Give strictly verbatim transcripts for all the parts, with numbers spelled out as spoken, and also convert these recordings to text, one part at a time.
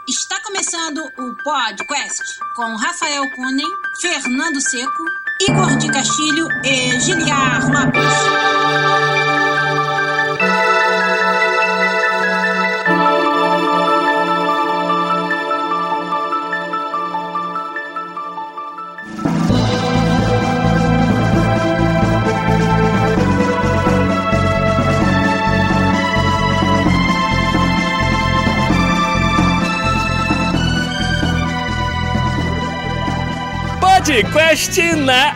Está começando o podcast com Rafael Kunen, Fernando Seco, Igor de Castilho e Giliar Lopes. Podcast na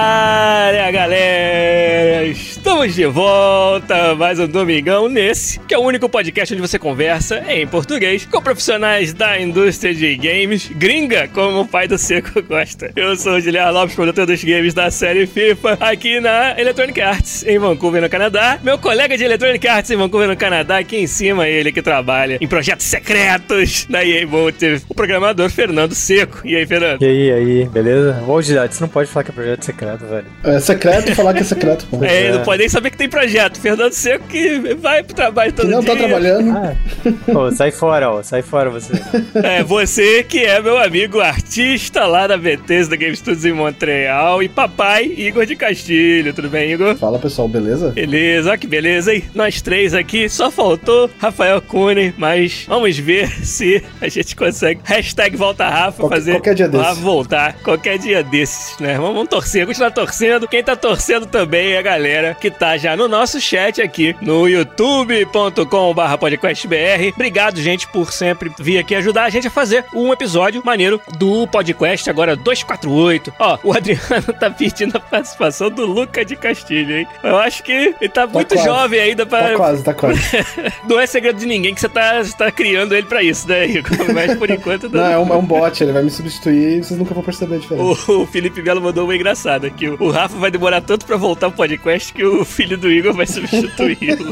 área, galera! Estamos de volta, mais um domingão nesse, que é o único podcast onde você conversa em português com profissionais da indústria de games, gringa, como o pai do Seco gosta. Eu sou o Giliar Lopes, produtor dos games da série FIFA, aqui na Electronic Arts, em Vancouver, no Canadá. Meu colega de Electronic Arts em Vancouver, no Canadá, aqui em cima, ele que trabalha em projetos secretos da E A Motive, o programador Fernando Seco. E aí, Fernando? E aí, aí, beleza? Ô, Giliar, você não pode falar que é projeto secreto, velho. É secreto e falar que é secreto, pô. É, é, não pode nem saber que tem projeto. Fernando Seco que vai pro trabalho todo que não dia. Não tá trabalhando. Ah, pô, sai fora, ó. Sai fora você. É, você que é meu amigo artista lá da Bethesda Game Studios em Montreal e papai Igor de Castilho. Tudo bem, Igor? Fala, pessoal, beleza? Beleza, ó que beleza, hein? Nós três aqui, só faltou Rafael Kunen, mas vamos ver se a gente consegue. Hashtag volta Rafa, Qualque, fazer qualquer dia desses. voltar. Qualquer dia desses, né? Vamos, vamos torcer, continuar torcendo. Quem tá torcendo também é a galera que tá já no nosso chat aqui no youtube ponto com barra podcast b r. Obrigado, gente, por sempre vir aqui ajudar a gente a fazer um episódio maneiro do podcast, agora duzentos e quarenta e oito. Ó, o Adriano tá pedindo a participação do Luca de Castilho, hein? Eu acho que ele tá muito tá jovem ainda pra... Tá quase, tá quase. Não é segredo de ninguém que você tá, você tá criando ele pra isso, né, Igor? Mas por enquanto... Não, é um, é um bot, ele vai me substituir e vocês nunca vão perceber a diferença. O, o Felipe Melo mandou uma engraçada, que o, o Rafa vai demorar tanto pra voltar ao podcast que o filho do Igor vai substituí-lo.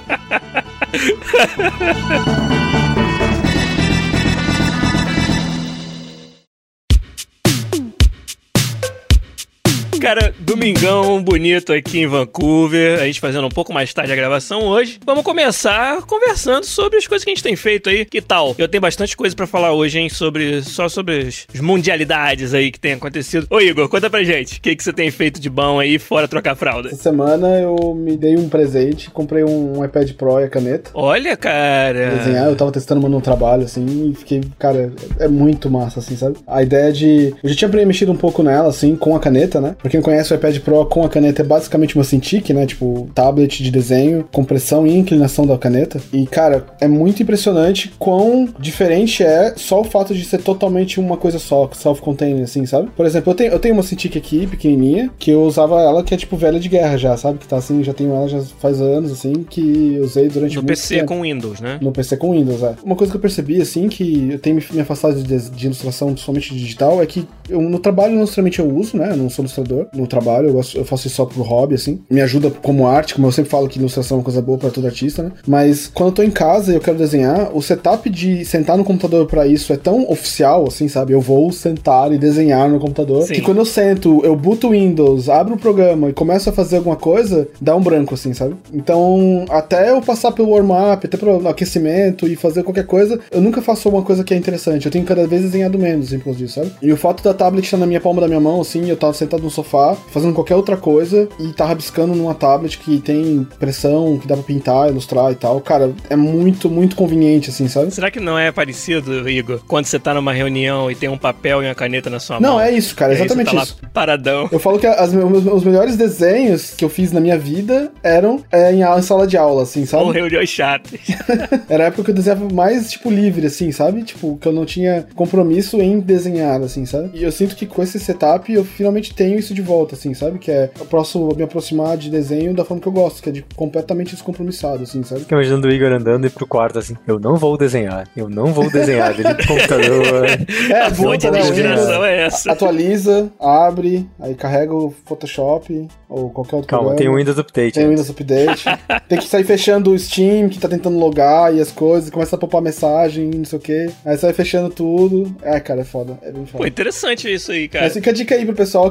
Cara, domingão bonito aqui em Vancouver, a gente fazendo um pouco mais tarde a gravação hoje. Vamos começar conversando sobre as coisas que a gente tem feito aí. Que tal? Eu tenho bastante coisa pra falar hoje, hein, sobre, só sobre as mundialidades aí que tem acontecido. Ô Igor, conta pra gente, o que, que você tem feito de bom aí, fora trocar fralda? Essa semana eu me dei um presente, comprei um iPad Pro e a caneta. Olha, cara! Desenhar, eu tava testando mandando um trabalho, assim, e fiquei, cara, é muito massa, assim, sabe? A ideia de... Eu já tinha mexido um pouco nela, assim, com a caneta, né? Pra quem não conhece, o iPad Pro com a caneta é basicamente uma Cintiq, né? Tipo, tablet de desenho, compressão e inclinação da caneta. E, cara, é muito impressionante quão diferente é só o fato de ser totalmente uma coisa só, self-contained, assim, sabe? Por exemplo, eu tenho, eu tenho uma Cintiq aqui, pequenininha, que eu usava ela, que é, tipo, velha de guerra já, sabe? Que tá assim, já tenho ela já faz anos, assim, que eu usei durante no muito P C tempo. com Windows, né? No P C com Windows, é. Uma coisa que eu percebi, assim, que eu tenho me afastado de, de ilustração somente digital, é que eu, no trabalho, não necessariamente eu uso, né? Eu não sou ilustrador no trabalho, eu, gosto, eu faço isso só pro hobby, assim. Me ajuda como arte, como eu sempre falo que ilustração é uma coisa boa pra todo artista, né? Mas quando eu tô em casa e eu quero desenhar, o setup de sentar no computador pra isso é tão oficial, assim, sabe? Eu vou sentar e desenhar no computador, Sim. que quando eu sento, eu boto o Windows, abro o programa e começo a fazer alguma coisa, dá um branco, assim, sabe? Então, até eu passar pelo warm-up, até pelo aquecimento e fazer qualquer coisa, eu nunca faço uma coisa que é interessante. Eu tenho cada vez desenhado menos, assim, por causa disso, sabe? E o fato da tablet estar na minha palma da minha mão, assim, eu tava sentado no sofá, fazendo qualquer outra coisa e tá rabiscando numa tablet que tem pressão, que dá pra pintar, ilustrar e tal. Cara, é muito, muito conveniente, assim, sabe? Será que não é parecido, Igor, quando você tá numa reunião e tem um papel e uma caneta na sua não, mão? Não, é isso, cara, exatamente aí você tá isso. Lá paradão. Eu falo que as, os, os melhores desenhos que eu fiz na minha vida eram é, em, em sala de aula, assim, sabe? Ou reuniões chatas. Era a época que eu desenhava mais, tipo, livre, assim, sabe? Tipo, que eu não tinha compromisso em desenhar, assim, sabe? E eu sinto que com esse setup eu finalmente tenho isso de volta, assim, sabe? Que é eu posso me aproximar de desenho da forma que eu gosto, que é de completamente descompromissado, assim, sabe? Fica imaginando o Igor andando e pro quarto, assim, eu não vou desenhar, eu não vou desenhar, ele pro computador. É, a fonte de inspiração é essa. Atualiza, abre, aí carrega o Photoshop ou qualquer outro Calma, programa. tem o Windows Update. Tem o Windows Update. Tem que sair fechando o Steam, que tá tentando logar e as coisas, começa a popar mensagem, não sei o quê. Aí você vai fechando tudo. É, cara, é foda. É bem foda. Pô, interessante isso aí, cara. Mas fica a dica aí pro pessoal que, que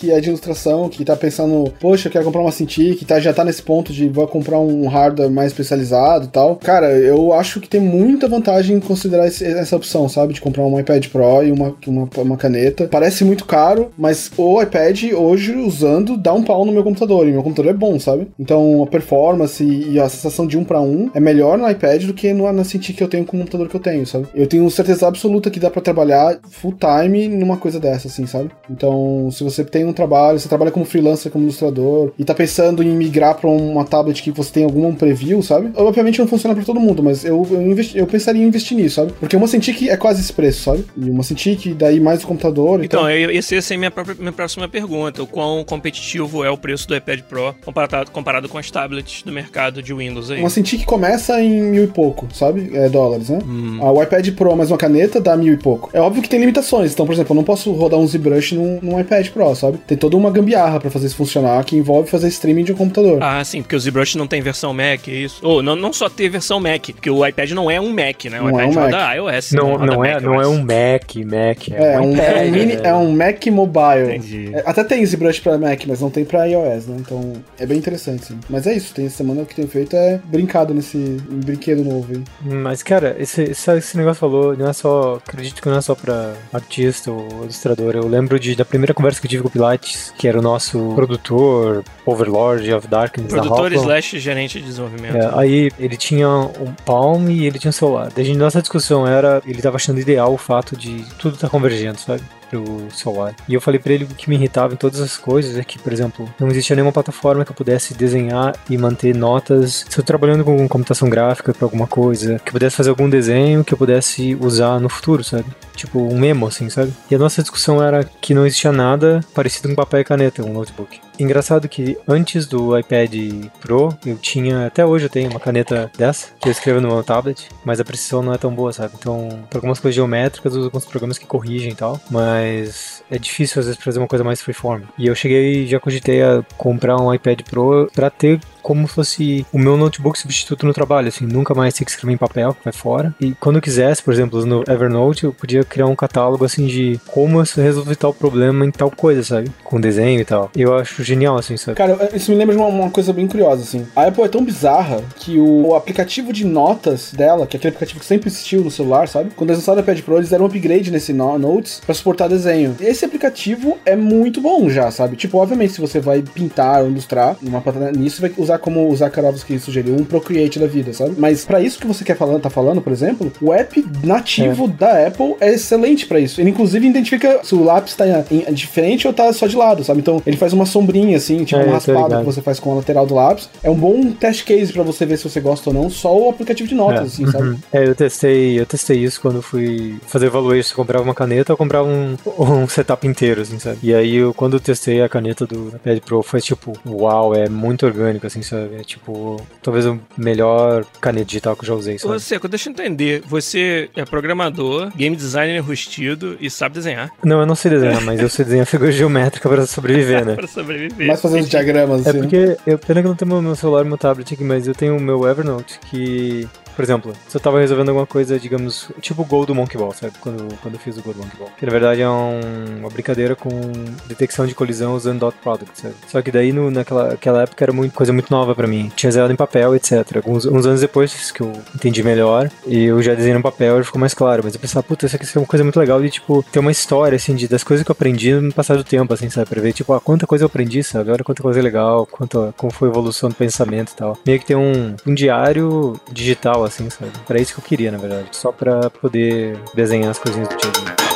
que é de ilustração, que tá pensando, poxa, eu quero comprar uma Cintiq, que tá, já tá nesse ponto de vou comprar um hardware mais especializado e tal. Cara, eu acho que tem muita vantagem em considerar esse, essa opção, sabe? De comprar um iPad Pro e uma, uma, uma caneta. Parece muito caro, mas o iPad hoje, usando, dá um pau no meu computador. E meu computador é bom, sabe? Então a performance e a sensação de um pra um é melhor no iPad do que no, na Cintiq que eu tenho com o computador que eu tenho, sabe? Eu tenho certeza absoluta que dá pra trabalhar full time numa coisa dessa, assim, sabe? Então, se você tem um trabalho, você trabalha como freelancer, como ilustrador, e tá pensando em migrar pra uma tablet que você tem algum preview, sabe? Obviamente não funciona pra todo mundo, mas eu, eu, investi, eu pensaria em investir nisso, sabe? Porque uma Cintiq é quase esse preço, sabe? E uma Cintiq, daí mais o computador... Então, então... eu, essa é a minha, própria, minha próxima pergunta. O quão competitivo é o preço do iPad Pro comparado, comparado com as tablets do mercado de Windows aí? Uma Cintiq começa em mil e pouco, sabe? É dólares, né? Hum. Ah, o iPad Pro mais uma caneta dá mil e pouco. É óbvio que tem limitações. Então, por exemplo, eu não posso rodar um ZBrush num, num iPad Pro, sabe? Tem toda uma gambiarra pra fazer isso funcionar, que envolve fazer streaming de um computador. Ah, sim, porque o ZBrush não tem versão Mac, é isso? Ou, não, não só ter versão Mac, porque o iPad não é um Mac, né? O Não iPad é um roda Mac. iOS. Não, roda não, é, Mac não O S. é um Mac, Mac. É, É, um, um é, um iPad, mini, né? é um Mac Mobile. Entendi. É, até tem ZBrush pra Mac, mas não tem pra iOS, né? Então é bem interessante, sim. Mas é isso, tem essa semana o que tenho feito é brincado nesse um brinquedo novo aí. Mas, cara, esse, esse, esse negócio falou, não é só, acredito que não é só pra artista ou ilustrador. Eu lembro de, da primeira conversa que eu tive com o Pilates, que era o nosso produtor, Overlord of Darkness. Produtor da slash gerente de desenvolvimento. É, aí ele tinha um Palm e ele tinha um celular. Desde a nossa discussão era, ele tava achando ideal o fato de tudo tá convergendo, sabe? Pro celular. E eu falei pra ele o que me irritava em todas as coisas é que, por exemplo, não existia nenhuma plataforma que eu pudesse desenhar e manter notas. Se eu tô trabalhando com computação gráfica pra alguma coisa, que eu pudesse fazer algum desenho que eu pudesse usar no futuro, sabe? Tipo um memo, assim, sabe? E a nossa discussão era que não existia nada parecido com papel e caneta, um notebook. Engraçado que antes do iPad Pro, eu tinha, até hoje eu tenho uma caneta dessa, que eu escrevo no meu tablet, mas a precisão não é tão boa, sabe? Então, para algumas coisas geométricas, eu uso alguns programas que corrigem e tal, mas é difícil às vezes fazer uma coisa mais freeform. E eu cheguei e já cogitei a comprar um iPad Pro pra ter como fosse o meu notebook substituto no trabalho, assim, nunca mais ter que escrever em papel, que vai fora. E quando eu quisesse, por exemplo, no Evernote, eu podia criar um catálogo, assim, de como eu resolvi tal problema em tal coisa, sabe? Com desenho e tal. Eu acho genial, assim, sabe? Cara, isso me lembra de uma, uma coisa bem curiosa, assim. A Apple é tão bizarra que o, o aplicativo de notas dela, que é aquele aplicativo que sempre existiu no celular, sabe? Quando eles lançaram o iPad Pro, eles deram um upgrade nesse no Notes pra suportar desenho. Esse aplicativo é muito bom já, sabe? Tipo, obviamente, se você vai pintar ou ilustrar numa plataforma nisso, vai usar como o Zakharovsky sugeriu, um Procreate da vida, sabe? Mas pra isso que você quer falando, tá falando, por exemplo, o app nativo é. da Apple é excelente pra isso. Ele, inclusive, identifica se o lápis tá em, de frente ou tá só de lado, sabe? Então, ele faz uma sombrinha, assim, tipo é, uma raspada que você faz com a lateral do lápis. É um bom test case pra você ver se você gosta ou não, só o aplicativo de notas, é. assim, sabe? Uhum. É, eu testei, eu testei isso quando fui fazer evaluation, eu comprava uma caneta ou comprava um, um setup inteiro, assim, sabe? E aí, eu, quando eu testei a caneta do iPad Pro, foi tipo, uau, é muito orgânico, assim, sabe? É tipo, talvez o melhor caneta digital que eu já usei, sabe? Ô, Seco, deixa eu entender. Você é programador, game designer rustido e sabe desenhar. Não, eu não sei desenhar, mas eu sei desenhar figura geométrica pra sobreviver, né? Pra sobreviver. Mas fazer os diagramas, É assim. porque, eu, pena que eu não tenho meu celular e meu tablet aqui, mas eu tenho o meu Evernote, que... Por exemplo, se eu tava resolvendo alguma coisa, digamos, tipo o Gol do Monkey Ball, sabe? Quando, quando eu fiz o Gol do Monkey Ball. Que na verdade é um, uma brincadeira com detecção de colisão usando dot product, sabe? Só que daí no, naquela aquela época era muito, coisa muito nova pra mim. Tinha zerado em papel, etcétera. Alguns uns anos depois que eu entendi melhor, e eu já desenhei no papel e ficou mais claro. Mas eu pensava, puta, isso aqui é uma coisa muito legal de, tipo, ter uma história, assim, de, das coisas que eu aprendi no passar do tempo, assim, sabe? Pra ver, tipo, ah, quanta coisa eu aprendi, sabe? Olha quanta coisa legal, quanto, como foi a evolução do pensamento e tal. Meio que ter um, um diário digital, assim, sabe? Pra isso que eu queria, na verdade. Só pra poder desenhar as coisinhas do dia a dia.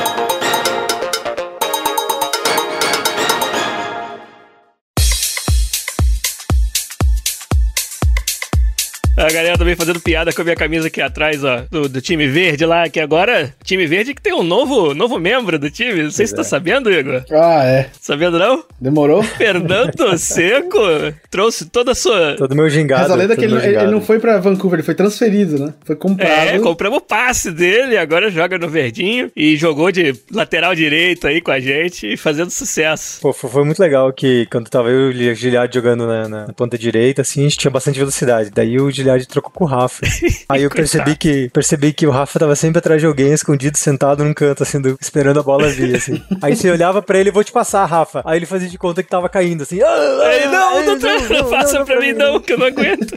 A galera também fazendo piada com a minha camisa aqui atrás, ó, do, do time verde lá, que agora, time verde que tem um novo, novo membro do time. Não sei pois se é. Tá sabendo, Igor. Ah, é. Sabendo não? Demorou? Fernando Seco trouxe toda a sua... Todo meu gingado. Mas a lenda é que ele, ele não foi pra Vancouver, ele foi transferido, né? Foi comprado. É, compramos o passe dele, agora joga no verdinho e jogou de lateral direito aí com a gente, fazendo sucesso. Pô, foi muito legal que quando tava eu e o Giliad jogando na, na ponta direita, assim, a gente tinha bastante velocidade. Daí o Giliad Gilead trocou com o Rafa. Aí eu percebi que, percebi que o Rafa tava sempre atrás de alguém, escondido, sentado num canto, assim, do, esperando a bola vir, assim. Aí você olhava pra ele, vou te passar, Rafa. Aí ele fazia de conta que tava caindo, assim. Ah, Aí, não, ai, não, não, não, não passa não, pra não, mim não. não, que eu não aguento.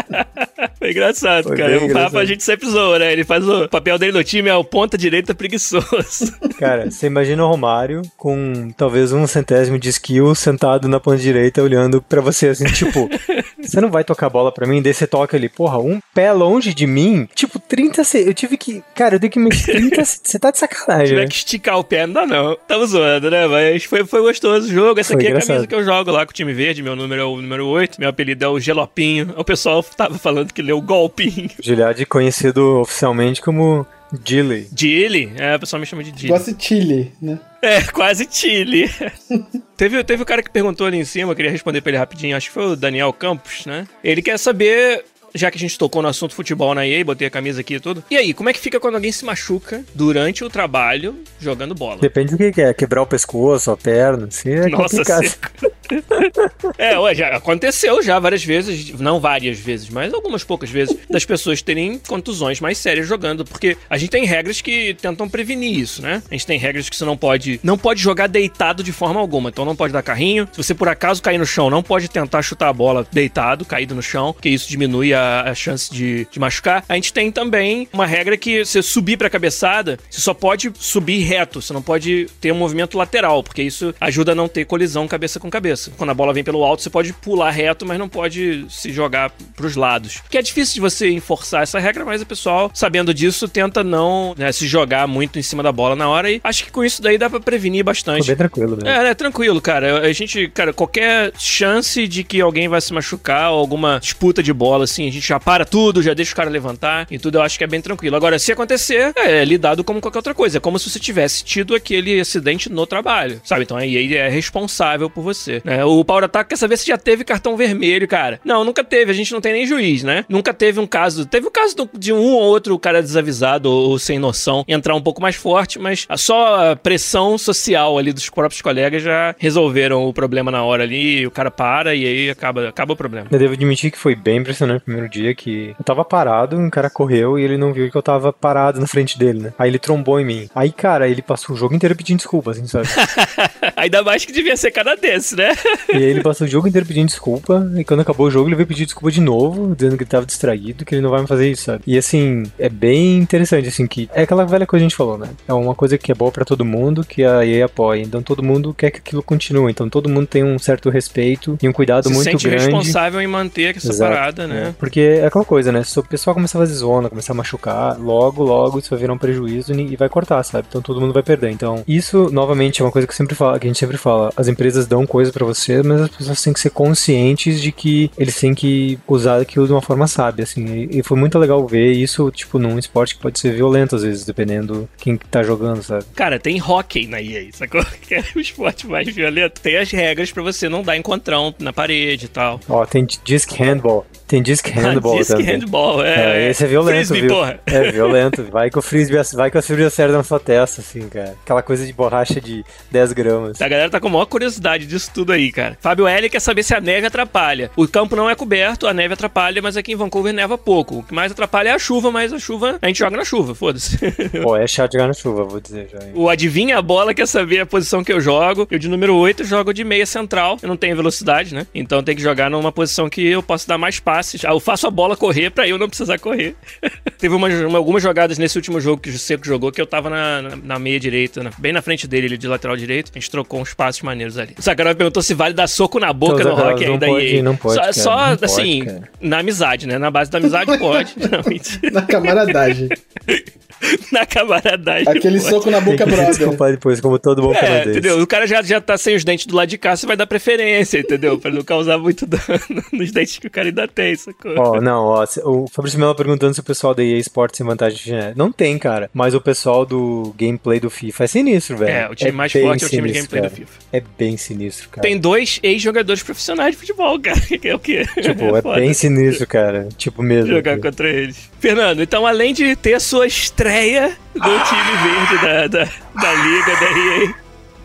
Foi engraçado, Foi cara. bem O Rafa engraçado. a gente sempre zoa, né? Ele faz o papel dele no time, é o ponta direita preguiçoso. Cara, você imagina o Romário com talvez um centésimo de skill sentado na ponta direita olhando pra você, assim, tipo, você não vai tocar a bola pra mim, daí você toca ali, porra, um pé longe de mim, tipo, trinta se... eu tive que, cara, eu tenho que mexer trinta, você tá de Se sacanagem, tiver né? que esticar o pé, não dá não. Tamo zoando, né? Mas foi, foi gostoso o jogo. Essa Foi aqui é a engraçado. camisa que eu jogo lá com o time verde. Meu número é o número oito. Meu apelido é o Gelopinho. O pessoal tava falando que leu Golpinho. Gilead conhecido oficialmente como Gilly. Dili? É, o pessoal me chama de Dili. Gosta de Chile, né? É, quase Chile. teve, teve o cara que perguntou ali em cima, eu queria responder pra ele rapidinho, acho que foi o Daniel Campos, né? Ele quer saber, já que a gente tocou no assunto futebol na E A, botei a camisa aqui e tudo. E aí, como é que fica quando alguém se machuca durante o trabalho jogando bola? Depende do que que é, quebrar o pescoço, a perna, assim, é Nossa, complicado. seco. É, ué, já aconteceu já várias vezes, não várias vezes, mas algumas poucas vezes, das pessoas terem contusões mais sérias jogando, porque a gente tem regras que tentam prevenir isso, né? A gente tem regras que você não pode, não pode jogar deitado de forma alguma, então não pode dar carrinho. Se você por acaso cair no chão, não pode tentar chutar a bola deitado, caído no chão, porque isso diminui a, a chance de, de machucar. A gente tem também uma regra que você subir pra cabeçada, você só pode subir reto, você não pode ter um movimento lateral, porque isso ajuda a não ter colisão cabeça com cabeça. Quando a bola vem pelo alto, você pode pular reto, mas não pode se jogar pros lados. Que é difícil de você enforçar essa regra, mas o pessoal, sabendo disso, tenta não, né, se jogar muito em cima da bola na hora, e acho que com isso daí dá pra prevenir bastante. Foi bem tranquilo, né? É, é tranquilo, cara. A gente, cara, qualquer chance de que alguém vai se machucar ou alguma disputa de bola, assim, a gente já para tudo, já deixa o cara levantar e tudo, eu acho que é bem tranquilo. Agora, se acontecer, é lidado como qualquer outra coisa. É como se você tivesse tido aquele acidente no trabalho, sabe? Então a E A é responsável por você, né? O Power Attack quer saber se já teve cartão vermelho, cara. Não, nunca teve. A gente não tem nem juiz, né? Nunca teve um caso... Teve o caso de um ou outro cara desavisado ou sem noção entrar um pouco mais forte, mas só a pressão social ali dos próprios colegas já resolveram o problema na hora ali, o cara para e aí acaba, acaba o problema. Eu devo admitir que foi bem impressionante o primeiro dia, que eu tava parado, um cara correu e ele não viu que eu tava parado na frente dele, né? Aí ele trombou em mim. Aí, cara, ele passou o jogo inteiro pedindo desculpa, assim, sabe? Ainda mais que devia ser canadense, né? E aí ele passou o jogo inteiro pedindo desculpa, e quando acabou o jogo ele veio pedir desculpa de novo, dizendo que ele tava distraído, que ele não vai mais fazer isso, sabe? E assim, é bem interessante, assim, que é aquela velha coisa que a gente falou, né? É uma coisa que é boa pra todo mundo, que a E A apoia. Então todo mundo quer que aquilo continue. Então todo mundo tem um certo respeito e um cuidado Se muito sente grande. responsável em manter essa Exato, parada, né? É. Porque é aquela coisa, né? Se o pessoal começar a fazer zona, começar a machucar, logo, logo isso vai virar um prejuízo e vai cortar, sabe? Então todo mundo vai perder. Então isso, novamente, é uma coisa que, sempre fala, que a gente sempre fala. As empresas dão coisa pra você, mas as pessoas têm que ser conscientes de que eles têm que usar aquilo de uma forma sábia, assim. E, e foi muito legal ver isso, tipo, num esporte que pode ser violento, às vezes, dependendo quem tá jogando, sabe? Cara, tem hockey na E A, sacou? Que é o esporte mais violento. Tem as regras pra você não dar encontrão na parede e tal. Ó, tem disc handball. Tem disc handball Disc também. handball, é. É, esse é violento, Frisbee, viu? porra. É violento. Vai que o frisbee, vai que o frisbee acerta na sua testa, assim, cara. Aquela coisa de borracha de dez gramas. A galera tá com a maior curiosidade disso tudo aí, cara. Fábio L quer saber se a neve atrapalha. O campo não é coberto, a neve atrapalha, mas aqui em Vancouver neva pouco. O que mais atrapalha é a chuva, mas a chuva, a gente joga na chuva, foda-se. Pô, é chato jogar na chuva, vou dizer já. Hein? O Adivinha a Bola quer saber a posição que eu jogo. Eu de número oito jogo de meia central. Eu não tenho velocidade, né? Então tem que jogar numa posição que eu posso dar mais passes. Eu faço a bola correr pra eu não precisar correr. Teve umas, uma, algumas jogadas nesse último jogo que o Seco jogou que eu tava na, na, na meia direita, na, bem na frente dele, ele de lateral direito. A gente trocou uns passos maneiros ali. O Sacarov perguntou se vale dar soco na boca Então, no rock aí não da pode, E A. não pode, Só, cara, só não pode, assim, cara. na amizade, né? Na base da amizade pode. Não, mentira. Na camaradagem. Na camaradagem. Aquele pode. soco na Tem boca, que brother. desculpar depois, como todo bom É, canadense. entendeu? O cara já, já tá sem os dentes do lado de cá, você vai dar preferência, entendeu? Pra não causar muito dano nos dentes que o cara ainda tem, sacou? Ó, não, ó, o Fabrício Melo perguntando se o pessoal da E A Sports tem vantagem de genética. Não tem, cara. Mas o pessoal do gameplay do FIFA é sinistro, velho. É, o time mais bem forte é o time de sinistro, gameplay cara. do FIFA. É bem sinistro, cara. Tem dois ex-jogadores profissionais de futebol, cara. Que é o quê? Tipo, é foda bem sinistro, cara. Tipo mesmo. jogar cara. contra eles. Fernando, então além de ter a sua estreia do time verde da, da, da liga, da E A, o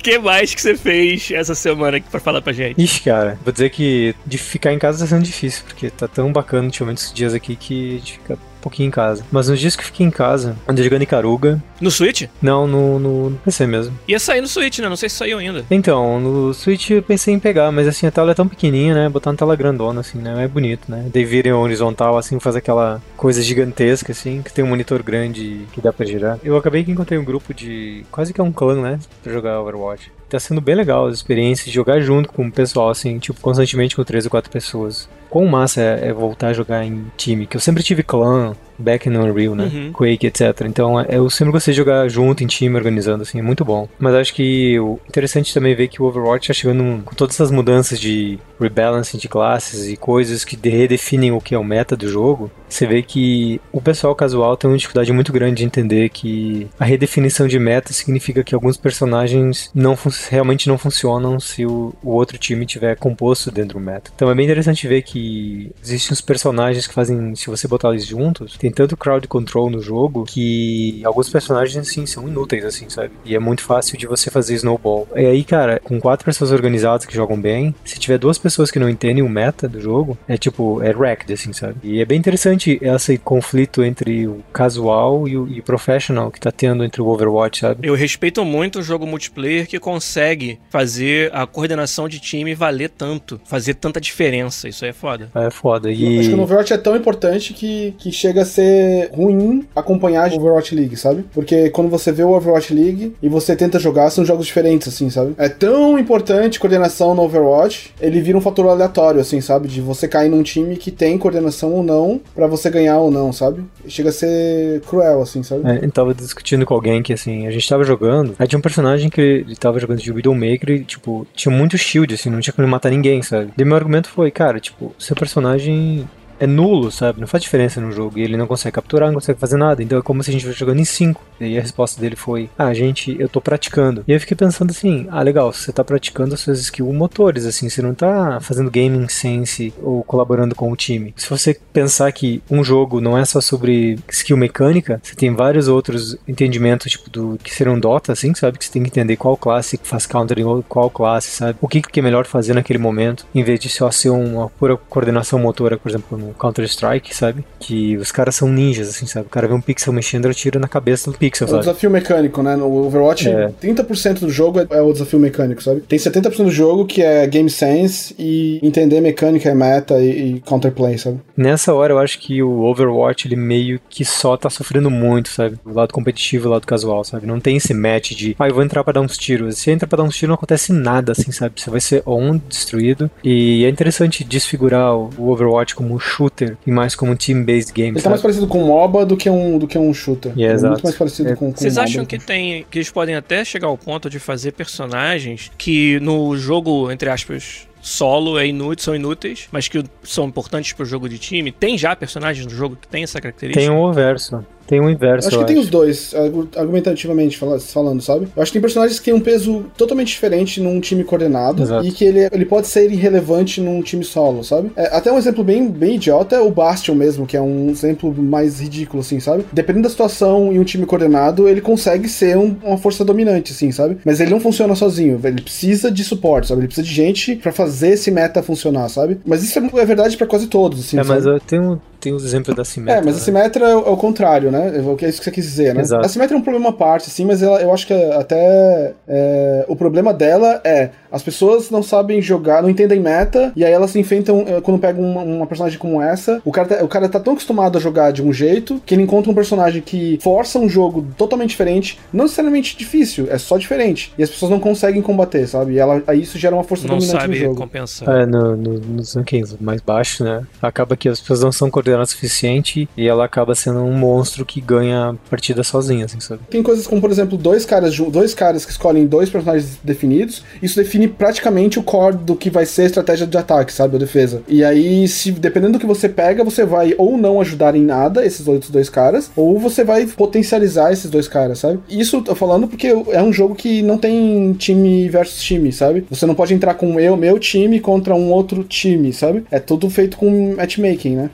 que mais que você fez essa semana aqui pra falar pra gente? Ixi, cara, vou dizer que de ficar em casa tá sendo difícil, porque tá tão bacana ultimamente esses dias aqui que a gente fica um pouquinho em casa. Mas nos dias que eu fiquei em casa, andei jogando Ikaruga. No Switch? Não, no, no P C mesmo. Ia sair no Switch, né? Não sei se saiu ainda. Então, no Switch eu pensei em pegar, mas assim, a tela é tão pequenininha, né? Botar na tela grandona, assim, né? É bonito, né? Daí vira em horizontal, assim, faz aquela coisa gigantesca, assim, que tem um monitor grande que dá pra girar. Eu acabei que encontrei um grupo de... quase que é um clã, né? Pra jogar Overwatch. Tá sendo bem legal as experiências de jogar junto com o pessoal, assim, tipo, constantemente com três ou quatro pessoas. Quão massa é, é voltar a jogar em time, que eu sempre tive clã, back no Unreal, né? Uhum. Quake, etcétera. Então eu sempre gostei de jogar junto, em time, organizando, assim, é muito bom. Mas acho que o interessante também é ver que o Overwatch tá chegando com todas essas mudanças de rebalancing de classes e coisas que redefinem o que é o meta do jogo. Você vê que o pessoal casual tem uma dificuldade muito grande de entender que a redefinição de meta significa que alguns personagens não realmente não funcionam se o, o outro time tiver composto dentro do meta. Então é bem interessante ver que existem uns personagens que fazem, se você botar eles juntos, tem tanto crowd control no jogo que alguns personagens, assim, são inúteis, assim, sabe? E é muito fácil de você fazer snowball. E aí, cara, com quatro pessoas organizadas que jogam bem, se tiver duas pessoas que não entendem o meta do jogo, é tipo, é wrecked, assim, sabe? E é bem interessante esse conflito entre o casual e o e professional que tá tendo entre o Overwatch, sabe? Eu respeito muito o jogo multiplayer que consegue fazer a coordenação de time valer tanto, fazer tanta diferença. Isso aí é foda. É foda. E... acho que o Overwatch é tão importante que, que chega a ser ruim acompanhar a Overwatch League, sabe? Porque quando você vê o Overwatch League e você tenta jogar, são jogos diferentes, assim, sabe? É tão importante coordenação no Overwatch, ele vira um fator aleatório, assim, sabe? De você cair num time que tem coordenação ou não, pra você ganhar ou não, sabe? Chega a ser cruel, assim, sabe? É, eu tava discutindo com alguém que, assim, a gente tava jogando, aí tinha um personagem que ele tava jogando de Widowmaker e, tipo, tinha muito shield, assim, não tinha como ele matar ninguém, sabe? E meu argumento foi, cara, tipo, seu personagem é nulo, sabe? Não faz diferença no jogo. E ele não consegue capturar, não consegue fazer nada. Então é como se a gente estivesse jogando em cinco. E a resposta dele foi, ah, gente, eu tô praticando. E eu fiquei pensando assim, ah, legal, você tá praticando as suas skills motores, assim, você não tá fazendo gaming sense ou colaborando com o time. Se você pensar que um jogo não é só sobre skill mecânica, você tem vários outros entendimentos, tipo, do que serão Dota, assim, sabe? Que você tem que entender qual classe faz counter em qual classe, sabe? O que, que é melhor fazer naquele momento, em vez de só ser uma pura coordenação motora, por exemplo, no Counter-Strike, sabe? Que os caras são ninjas, assim, sabe? O cara vê um pixel mexendo, atira na cabeça do pixel, sabe? É o desafio mecânico, né? No Overwatch, é. trinta por cento do jogo é, é o desafio mecânico, sabe? Tem setenta por cento do jogo que é game sense e entender mecânica e meta e, e counterplay, sabe? Nessa hora eu acho que o Overwatch, ele meio que só tá sofrendo muito, sabe? O lado competitivo e o lado casual, sabe? Não tem esse match de, ah, eu vou entrar pra dar uns tiros. Se entra pra dar uns tiros, não acontece nada, assim, sabe? Você vai ser on, destruído. E é interessante desfigurar o Overwatch como shooter e mais como um team-based game. Ele sabe? tá mais parecido com um MOBA do que um, do que um shooter. Yeah, é exato. muito mais parecido é. com, com Vocês um acham MOBA. que tem que eles podem até chegar ao ponto de fazer personagens que no jogo, entre aspas, solo é inútil, são inúteis, mas que são importantes pro jogo de time? Tem já personagens no jogo que tem essa característica? Tem o inverso. Tem o inverso, Acho que tem os dois, argumentativamente falando, sabe? Eu acho que tem personagens que têm um peso totalmente diferente num time coordenado. Exato. E que ele, ele pode ser irrelevante num time solo, sabe? É, até um exemplo bem, bem idiota é o Bastion mesmo, que é um exemplo mais ridículo, assim, sabe? Dependendo da situação e um time coordenado, ele consegue ser um, uma força dominante, assim, sabe? Mas ele não funciona sozinho, ele precisa de suporte, sabe? Ele precisa de gente pra fazer esse meta funcionar, sabe? Mas isso é, é verdade pra quase todos, assim, É, sabe? mas eu tenho, tenho os exemplos da Symmetra. É, mas a Symmetra é o, é o contrário, né? É isso que você quis dizer, né? Exato. A Symmetra é um problema à parte, assim, mas ela, eu acho que até é, o problema dela é as pessoas não sabem jogar, não entendem meta, e aí elas se enfrentam quando pegam uma, uma personagem como essa. O cara, tá, o cara tá tão acostumado a jogar de um jeito que ele encontra um personagem que força um jogo totalmente diferente, não necessariamente difícil, é só diferente. E as pessoas não conseguem combater, sabe? E ela, aí isso gera uma força não dominante sabe no jogo. Compensar. É, no, no, nos rankings mais baixos, né? Acaba que as pessoas não são coordenadas o suficiente e ela acaba sendo um monstro que ganha a partida sozinha, assim, sabe? Tem coisas como, por exemplo, dois caras, dois caras que escolhem dois personagens definidos, isso define praticamente o core do que vai ser a estratégia de ataque, sabe? A defesa. E aí, se dependendo do que você pega, você vai ou não ajudar em nada esses outros dois caras, ou você vai potencializar esses dois caras, sabe? Isso eu tô falando porque é um jogo que não tem time versus time, sabe? Você não pode entrar com eu, meu time contra um outro time, sabe? É tudo feito com matchmaking, né? Então,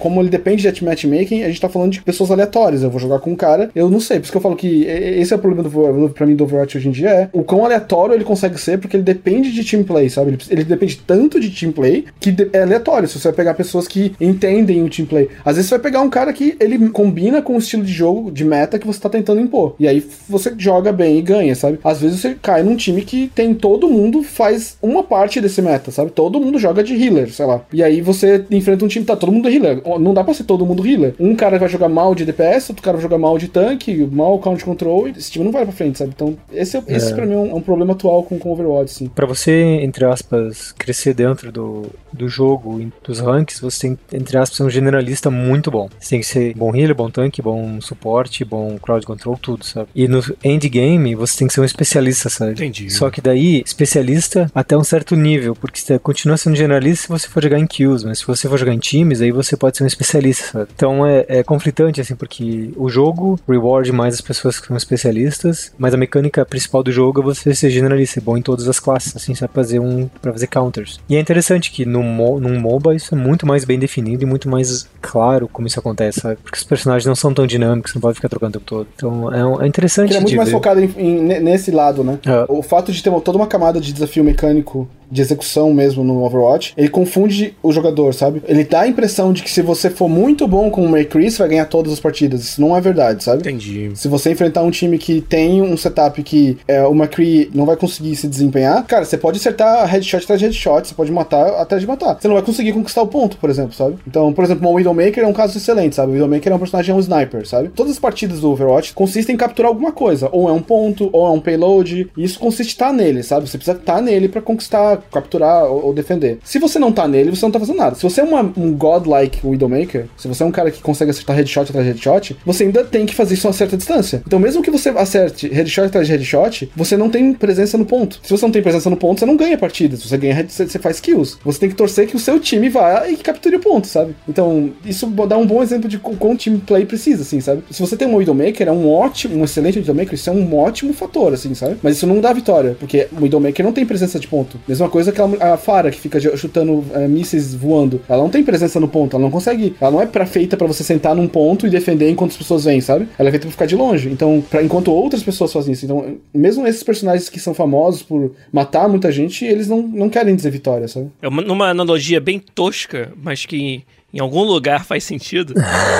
como ele depende de matchmaking, a gente tá falando de pessoas aleatórias. Eu vou jogar com um cara, eu não sei. Por isso que eu falo que esse é o problema do, pra mim do Overwatch hoje em dia, é o quão aleatório ele consegue ser, porque ele depende de team play, sabe? Ele, ele depende tanto de team play que é aleatório. Se você vai pegar pessoas que entendem o team play, às vezes você vai pegar um cara que ele combina com o estilo de jogo, de meta que você tá tentando impor. E aí você joga bem e ganha, sabe? Às vezes você cai num time que tem todo mundo faz uma parte desse meta, sabe? Todo mundo joga de healer, sei lá. E aí você enfrenta um time, tá, todo mundo é healer. Não dá pra ser todo mundo healer. Um cara vai jogar mal de D P S, outro cara vai jogar mal de tanque, mal count control, e esse time não vai pra frente, sabe? Então, esse, é, esse é. pra mim é um, é um problema atual com o Overwatch, sim. Pra você, entre aspas, crescer dentro do, do jogo, dos ranks, você tem, entre aspas, ser um generalista muito bom. Você tem que ser bom healer, bom tanque, bom suporte, bom crowd control, tudo, sabe? E no endgame, você tem que ser um especialista, sabe? Entendi. Só que daí, especialista até um certo nível, porque você continua sendo generalista se você for jogar em kills, mas se você for jogar em times, aí você pode ser um especialista, sabe? Então é, é conflitante, assim, porque o jogo reward mais as pessoas que são especialistas, mas a mecânica principal do jogo é você ser generalista, ser bom em todas as classes, assim, sabe fazer um, pra fazer counters. E é interessante que no, num MOBA isso é muito mais bem definido e muito mais claro como isso acontece, sabe? Porque os personagens não são tão dinâmicos, não pode ficar trocando o tempo todo. Então é, um, é interessante. Ele é muito mais ver. focado em, em, nesse lado, né? É. O fato de ter uma, toda uma camada de desafio mecânico, de execução mesmo no Overwatch, ele confunde o jogador, sabe? Ele dá a impressão de que se você for muito bom com o McCree, você vai ganhar todas as partidas. Isso não é verdade, sabe? Entendi. Se você enfrentar um time que tem um setup que é, o McCree não vai conseguir se desempenhar, cara, você pode acertar headshot atrás de headshot, você pode matar atrás de matar. Você não vai conseguir conquistar o ponto, por exemplo, sabe? Então, por exemplo, o Widowmaker é um caso excelente, sabe? O Widowmaker é um personagem, é um sniper, sabe? Todas as partidas do Overwatch consistem em capturar alguma coisa. Ou é um ponto, ou é um payload. E isso consiste em estar nele, sabe? Você precisa estar nele pra conquistar, capturar ou, ou defender. Se você não tá nele, você não tá fazendo nada. Se você é uma, um godlike Widowmaker, se você é um cara que consegue acertar headshot atrás de headshot, você ainda tem que fazer isso a uma certa distância. Então, mesmo que você acerte headshot atrás de headshot, você não tem presença no ponto. Se você não tem presença no ponto, você não ganha partidas. Se você ganha, você, você faz kills. Você tem que torcer que o seu time vá e capture o ponto, sabe? Então, isso dá um bom exemplo de como o time play precisa, assim, sabe? Se você tem um Widowmaker, é um ótimo, um excelente Widowmaker, isso é um ótimo fator, assim, sabe? Mas isso não dá vitória, porque o Widowmaker não tem presença de ponto. Mesma coisa que a, a Pharah, que fica chutando uh, mísseis voando. Ela não tem presença no ponto, ela não consegue. Ela não é pra, feita pra você sentar num ponto e defender enquanto as pessoas vêm, sabe? Ela é feita pra ficar de longe. Então, pra, enquanto outras pessoas fazem isso. Então, mesmo esses personagens que são famosos por matar muita gente, eles não, não querem dizer vitória, sabe? É uma, numa analogia bem tosca, mas que em algum lugar faz sentido.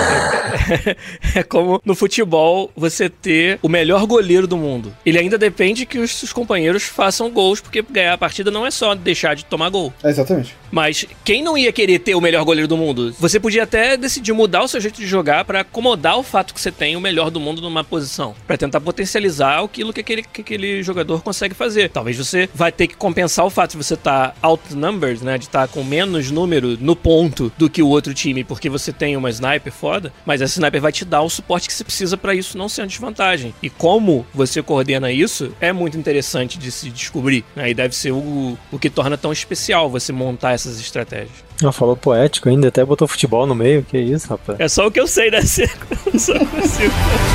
É, é como no futebol você ter o melhor goleiro do mundo. Ele ainda depende que os seus companheiros façam gols, porque ganhar a partida não é só deixar de tomar gol. É, exatamente. Mas quem não ia querer ter o melhor goleiro do mundo? Você podia até decidir mudar o seu jeito de jogar pra acomodar o fato que você tem o melhor do mundo numa posição, pra tentar potencializar aquilo que aquele, que aquele jogador consegue fazer. Talvez você vai ter que compensar o fato de você estar tá outnumbered, né, de estar tá com menos número no ponto do que o outro time, porque você tem uma sniper foda, mas essa sniper vai te dar o suporte que você precisa pra isso não ser uma desvantagem. E como você coordena isso é muito interessante de se descobrir, né? E deve ser o, o que torna tão especial você montar essas estratégias. Ela falou poético ainda, até botou futebol no meio, que isso, rapaz? É só o que eu sei, né? Só consigo.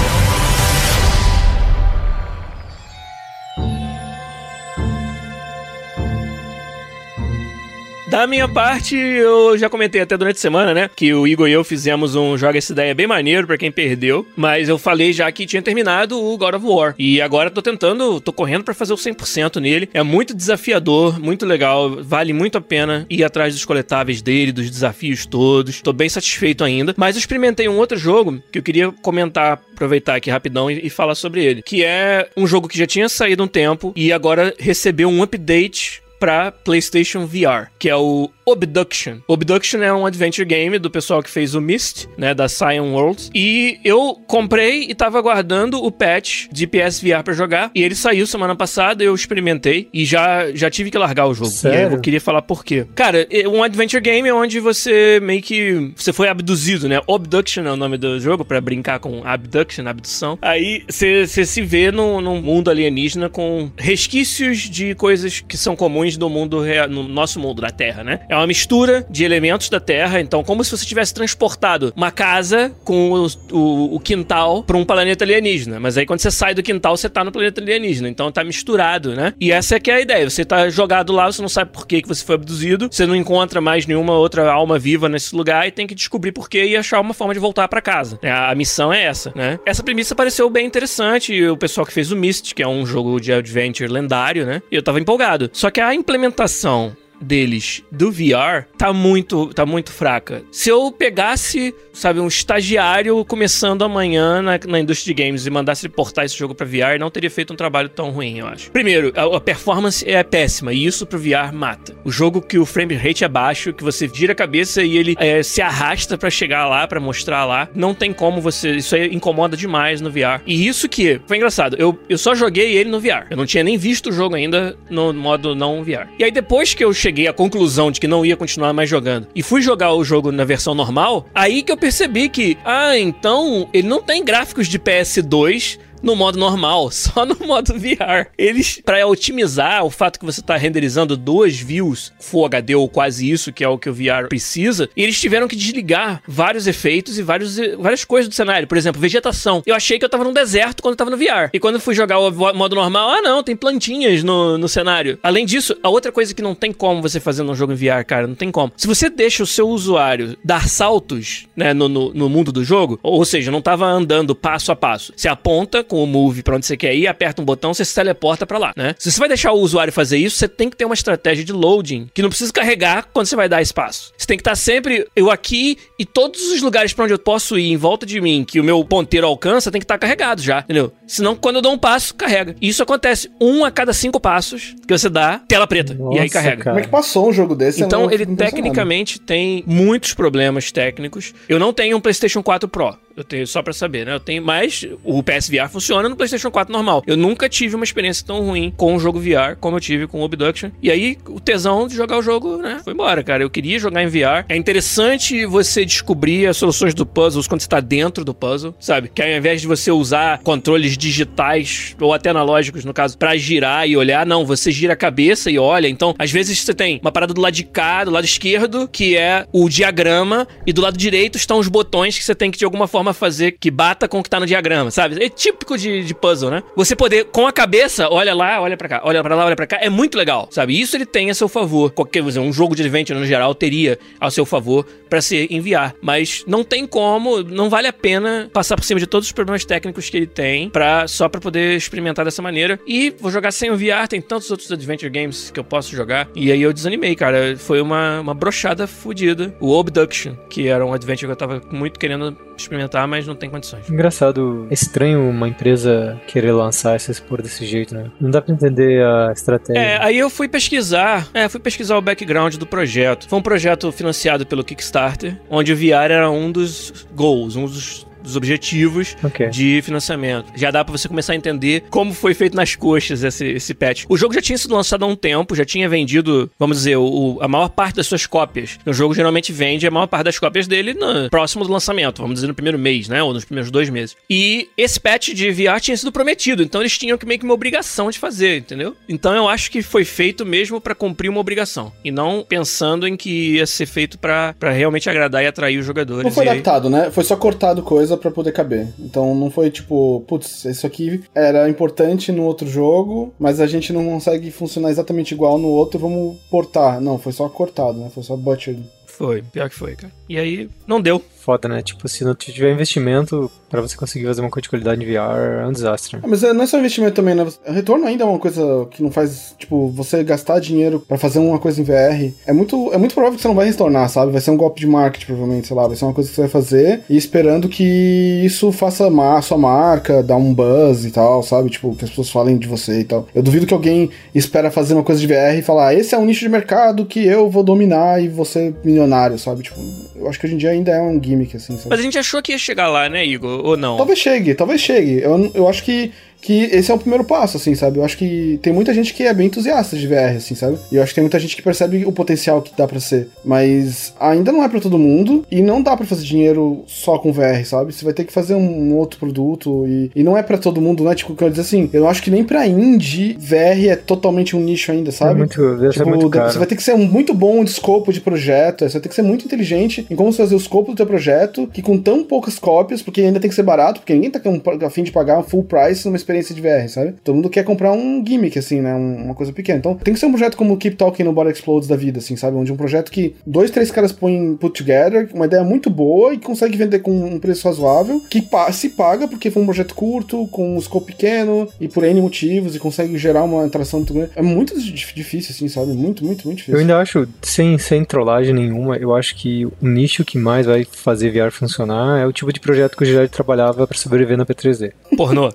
Da minha parte, eu já comentei até durante a semana, né, que o Igor e eu fizemos um Joga Essa Ideia bem maneiro pra quem perdeu, mas eu falei já que tinha terminado o God of War, e agora tô tentando, tô correndo pra fazer o cem por cento nele. É muito desafiador, muito legal, vale muito a pena ir atrás dos coletáveis dele, dos desafios todos, tô bem satisfeito ainda, mas eu experimentei um outro jogo que eu queria comentar, aproveitar aqui rapidão e, e falar sobre ele, que é um jogo que já tinha saído um tempo e agora recebeu um update pra PlayStation V R, que é o Obduction. Obduction é um adventure game do pessoal que fez o Myst, né, da Cyan Worlds, e eu comprei e tava aguardando o patch de P S V R pra jogar, e ele saiu semana passada, eu experimentei, e já, já tive que largar o jogo. Sério? E aí eu queria falar por quê. Cara, é um adventure game onde você meio que, você foi abduzido, né, Obduction é o nome do jogo, pra brincar com abduction, abdução. Aí você se vê num, num mundo alienígena com resquícios de coisas que são comuns imagens do mundo real, no nosso mundo, da Terra, né? É uma mistura de elementos da Terra, então como se você tivesse transportado uma casa com o, o, o quintal pra um planeta alienígena, mas aí quando você sai do quintal, você tá no planeta alienígena, então tá misturado, né? E essa é que é a ideia, você tá jogado lá, você não sabe por que que você foi abduzido, você não encontra mais nenhuma outra alma viva nesse lugar e tem que descobrir por quê e achar uma forma de voltar pra casa. A, a missão é essa, né? Essa premissa pareceu bem interessante, e o pessoal que fez o Myst, que é um jogo de adventure lendário, né? E eu tava empolgado. Só que a implementação deles do V R tá muito, tá muito fraca. Se eu pegasse, sabe, um estagiário começando amanhã na, na indústria de games e mandasse ele portar esse jogo pra V R, não teria feito um trabalho tão ruim, eu acho. Primeiro, a, a performance é péssima e isso pro V R mata. O jogo que o frame rate é baixo, que você gira a cabeça e ele é, se arrasta pra chegar lá, pra mostrar lá, não tem como você... Isso aí incomoda demais no V R. E isso que foi engraçado, eu, eu só joguei ele no V R. Eu não tinha nem visto o jogo ainda no modo não V R. E aí depois que eu cheguei à conclusão de que não ia continuar mais jogando e fui jogar o jogo na versão normal, aí que eu percebi que, ah, então ele não tem gráficos de P S dois no modo normal, só no modo V R. Eles, pra otimizar o fato que você tá renderizando duas views Full H D ou quase isso, que é o que o V R precisa, eles tiveram que desligar vários efeitos e vários, várias coisas do cenário. Por exemplo, vegetação. Eu achei que eu tava num deserto quando eu tava no V R. E quando eu fui jogar o modo normal, ah não, tem plantinhas no, no cenário. Além disso, a outra coisa que não tem como você fazer num jogo em V R, cara, não tem como. Se você deixa o seu usuário dar saltos, né, no, no, no mundo do jogo, ou seja, não tava andando passo a passo, você aponta com o move pra onde você quer ir, aperta um botão, você se teleporta pra lá, né? Se você vai deixar o usuário fazer isso, você tem que ter uma estratégia de loading, que não precisa carregar quando você vai dar espaço. Você tem que estar sempre, eu aqui, e todos os lugares pra onde eu posso ir em volta de mim, que o meu ponteiro alcança, tem que estar carregado já, entendeu? Senão, quando eu dou um passo, carrega. E isso acontece um a cada cinco passos que você dá, tela preta. Nossa, e aí carrega. Cara. Como é que passou um jogo desse? Então, ele tecnicamente tem muitos problemas técnicos. Eu não tenho um PlayStation quatro Pro. Eu tenho só pra saber, né? Eu tenho, mas o P S V R funciona no PlayStation quatro normal. Eu nunca tive uma experiência tão ruim com o jogo V R como eu tive com o Obduction. E aí, o tesão de jogar o jogo, né? Foi embora, cara. Eu queria jogar em V R. É interessante você descobrir as soluções do puzzle quando você tá dentro do puzzle, sabe? Que ao invés de você usar controles digitais ou até analógicos, no caso, pra girar e olhar, não, você gira a cabeça e olha. Então, às vezes você tem uma parada do lado de cá, do lado esquerdo, que é o diagrama, e do lado direito estão os botões que você tem que, de alguma forma, fazer que bata com o que tá no diagrama, sabe? É típico de, de puzzle, né? Você poder, com a cabeça, olha lá, olha pra cá, olha pra lá, olha pra cá, é muito legal, sabe? Isso ele tem a seu favor. Qualquer, um jogo de adventure, no geral, teria ao seu favor pra se enviar. Mas não tem como, não vale a pena passar por cima de todos os problemas técnicos que ele tem pra, só pra poder experimentar dessa maneira. E vou jogar sem o V R, tem tantos outros adventure games que eu posso jogar. E aí eu desanimei, cara. Foi uma, uma brochada fodida. O Obduction, que era um adventure que eu tava muito querendo experimentar, mas não tem condições. Engraçado, é estranho uma empresa querer lançar essas por desse jeito, né? Não dá pra entender a estratégia. É, aí eu fui pesquisar, é, fui pesquisar o background do projeto. Foi um projeto financiado pelo Kickstarter, onde o V R era um dos goals, um dos dos objetivos okay. de financiamento. Já dá pra você começar a entender como foi feito nas coxas esse, esse patch. O jogo já tinha sido lançado há um tempo, já tinha vendido, vamos dizer, o, a maior parte das suas cópias. O jogo geralmente vende a maior parte das cópias dele no próximo do lançamento, vamos dizer, no primeiro mês, né? Ou nos primeiros dois meses. E esse patch de V R tinha sido prometido, então eles tinham que meio que uma obrigação de fazer, entendeu? Então eu acho que foi feito mesmo pra cumprir uma obrigação. E não pensando em que ia ser feito pra, pra realmente agradar e atrair os jogadores. Não foi e adaptado, aí... né? Foi só cortado coisa pra poder caber. Então não foi tipo, putz, isso aqui era importante no outro jogo, mas a gente não consegue funcionar exatamente igual no outro, vamos portar. Não, foi só cortado, né? Foi só butchered. Foi, pior que foi, cara. E aí, não deu. Foda, né? Tipo, se não tiver investimento pra você conseguir fazer uma coisa de qualidade em V R, é um desastre. Ah, mas não é só investimento também, né? O retorno ainda é uma coisa que não faz, tipo, você gastar dinheiro pra fazer uma coisa em V R. É muito, é muito provável que você não vai retornar, sabe? Vai ser um golpe de marketing, provavelmente, sei lá. Vai ser uma coisa que você vai fazer e esperando que isso faça a sua marca, dar um buzz e tal, sabe? Tipo, que as pessoas falem de você e tal. Eu duvido que alguém espera fazer uma coisa de V R e falar, ah, esse é um nicho de mercado que eu vou dominar e vou ser milionário, sabe? Tipo, eu acho que hoje em dia ainda é um gimmick, assim, sabe? Mas a gente achou que ia chegar lá, né, Igor? Ou não? Talvez chegue, talvez chegue. Eu, eu acho que que esse é o primeiro passo, assim, sabe? Eu acho que tem muita gente que é bem entusiasta de V R, assim, sabe? E eu acho que tem muita gente que percebe o potencial que dá pra ser. Mas ainda não é pra todo mundo e não dá pra fazer dinheiro só com V R, sabe? Você vai ter que fazer um outro produto e, e não é pra todo mundo, né? Tipo, eu quero dizer assim, eu acho que nem pra indie V R é totalmente um nicho ainda, sabe? É muito, deve tipo, ser muito caro. Você vai ter que ser um muito bom de escopo de projeto, você vai ter que ser muito inteligente em como fazer o escopo do teu projeto, que com tão poucas cópias, porque ainda tem que ser barato, porque ninguém tá a fim de pagar um full price numa experiência de V R, sabe? Todo mundo quer comprar um gimmick, assim, né? Um, uma coisa pequena. Então, tem que ser um projeto como o Keep Talking no Body Explodes da vida, assim, sabe? Onde um projeto que dois, três caras põem put together, uma ideia muito boa e consegue vender com um preço razoável, que pa- se paga porque foi um projeto curto, com um scope pequeno e por N motivos, e consegue gerar uma atração muito grande. É muito difícil, assim, sabe? Muito, muito, muito difícil. Eu ainda acho, sem, sem trollagem nenhuma, eu acho que o nicho que mais vai fazer V R funcionar é o tipo de projeto que o Gerard trabalhava pra sobreviver na P três D. Pornô.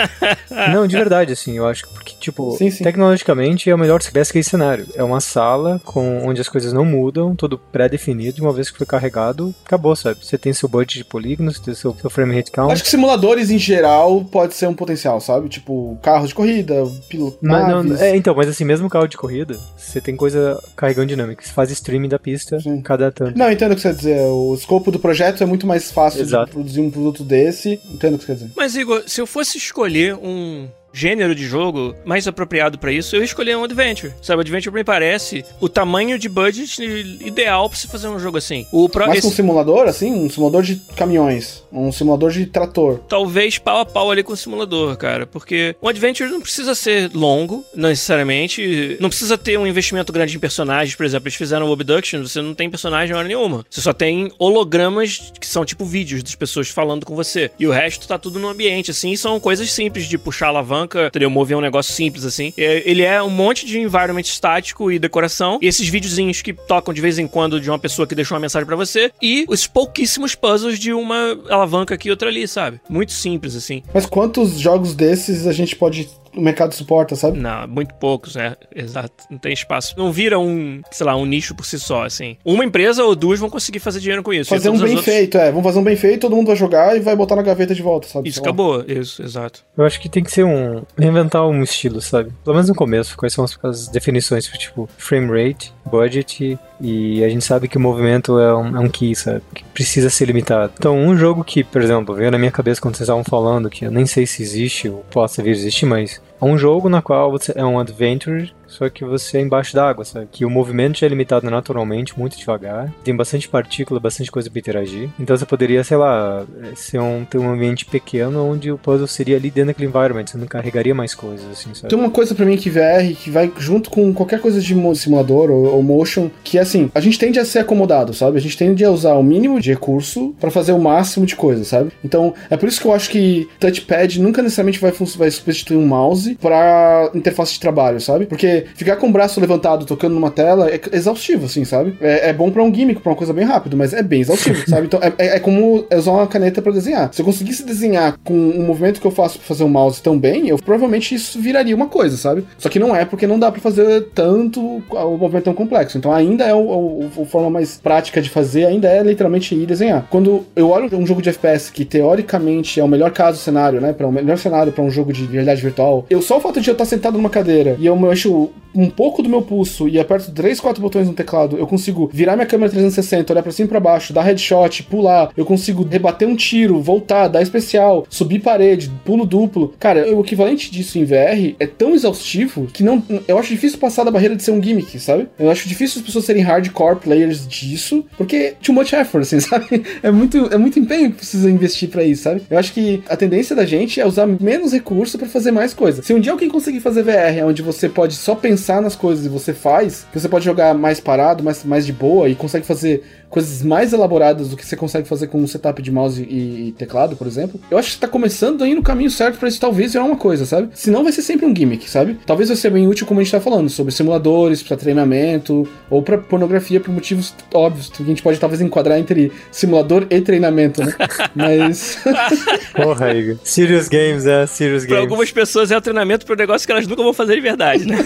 Não, de verdade, assim, eu acho que porque, tipo, sim, sim. tecnologicamente é o melhor best case cenário. É uma sala com, onde as coisas não mudam, tudo pré-definido, uma vez que foi carregado, acabou, sabe? Você tem seu budget de polígonos, você tem seu, seu frame rate count. Acho que simuladores em geral pode ser um potencial, sabe? Tipo, carros de corrida, piloto, naves. É, então, mas assim, mesmo carro de corrida, você tem coisa carregando dinâmica. Você faz streaming da pista, sim, cada tanto. Não, entendo o que você quer dizer. O escopo do projeto é muito mais fácil. Exato. De produzir um produto desse. Entendo o que você quer dizer. Mas, Igor, se eu fosse escolher um gênero de jogo mais apropriado pra isso, eu escolhi um Adventure. Sabe, Adventure me parece o tamanho de budget ideal pra se fazer um jogo assim. O pro... Mas esse... com um simulador, assim? Um simulador de caminhões. Um simulador de trator. Talvez pau a pau ali com o simulador, cara. Porque um Adventure não precisa ser longo, não necessariamente. Não precisa ter um investimento grande em personagens. Por exemplo, eles fizeram o Abduction, você não tem personagem hora nenhuma. Você só tem hologramas que são tipo vídeos das pessoas falando com você. E o resto tá tudo no ambiente, assim. E são coisas simples de puxar a alavanca, entendeu? Mover um negócio simples, assim. Ele é um monte de environment estático e decoração. E esses videozinhos que tocam de vez em quando de uma pessoa que deixou uma mensagem pra você. E os pouquíssimos puzzles de uma alavanca aqui e outra ali, sabe? Muito simples, assim. Mas quantos jogos desses a gente pode... o mercado suporta, sabe? Não, muito poucos, né? Exato. Não tem espaço. Não vira um, sei lá, um nicho por si só, assim. Uma empresa ou duas vão conseguir fazer dinheiro com isso. Fazer um bem outras... feito, é. Vamos fazer um bem feito, todo mundo vai jogar e vai botar na gaveta de volta, sabe? Isso, acabou. Isso, exato. Eu acho que tem que ser um... reinventar um estilo, sabe? Pelo menos no começo. Quais são as, as definições, tipo, frame rate, budget, e a gente sabe que o movimento é um, é um key, sabe? Que precisa ser limitado. Então, um jogo que, por exemplo, veio na minha cabeça quando vocês estavam falando, que eu nem sei se existe ou possa vir existir, mas é um jogo na qual você é um adventure, só que você é embaixo d'água, sabe? Que o movimento já é limitado naturalmente, muito devagar. Tem bastante partícula, bastante coisa pra interagir. Então você poderia, sei lá, ser um, ter um ambiente pequeno onde o puzzle seria ali dentro daquele environment. Você não carregaria mais coisas, assim, sabe? Tem uma coisa pra mim que V R, que vai junto com qualquer coisa de simulador ou, ou motion, que é assim, a gente tende a ser acomodado, sabe? A gente tende a usar o mínimo de recurso pra fazer o máximo de coisa, sabe? Então, é por isso que eu acho que touchpad nunca necessariamente vai, vai substituir um mouse pra interface de trabalho, sabe? Porque ficar com o braço levantado tocando numa tela é exaustivo, assim, sabe? É, é bom pra um gimmick, pra uma coisa bem rápida, mas é bem exaustivo, sabe? Então é, é, é como usar uma caneta pra desenhar. Se eu conseguisse desenhar com o movimento que eu faço pra fazer um mouse tão bem, eu provavelmente isso viraria uma coisa, sabe? Só que não é, porque não dá pra fazer tanto o movimento tão complexo. Então ainda é o, o, a forma mais prática de fazer, ainda é literalmente ir desenhar. Quando eu olho um jogo de F P S que teoricamente é o melhor caso cenário, né? Para o melhor cenário pra um jogo de realidade virtual, eu só o fato de eu estar sentado numa cadeira e eu mexo um pouco do meu pulso e aperto três, quatro botões no teclado, eu consigo virar minha câmera trezentos e sessenta, olhar pra cima e pra baixo, dar headshot, pular, eu consigo rebater um tiro, voltar, dar especial, subir parede, pulo duplo. Cara, o equivalente disso em V R é tão exaustivo que não, eu acho difícil passar da barreira de ser um gimmick, sabe? Eu acho difícil as pessoas serem hardcore players disso, porque too much effort, assim, sabe? É muito, é muito empenho que precisa investir pra isso, sabe? Eu acho que a tendência da gente é usar menos recurso pra fazer mais coisa. Se um dia alguém conseguir fazer V R, onde você pode só pensar nas coisas e você faz, que você pode jogar mais parado, mais, mais de boa e consegue fazer coisas mais elaboradas do que você consegue fazer com um setup de mouse e, e teclado, por exemplo, eu acho que tá começando a ir no caminho certo pra isso talvez virar uma coisa, sabe? Senão vai ser sempre um gimmick, sabe? Talvez vai ser bem útil, como a gente tá falando, sobre simuladores, pra treinamento, ou pra pornografia por motivos óbvios, que a gente pode talvez enquadrar entre simulador e treinamento, né? Mas... Porra, Igor. Serious Games, é, Serious Games. Pra algumas pessoas é o treinamento pro negócio que elas nunca vão fazer de verdade, né?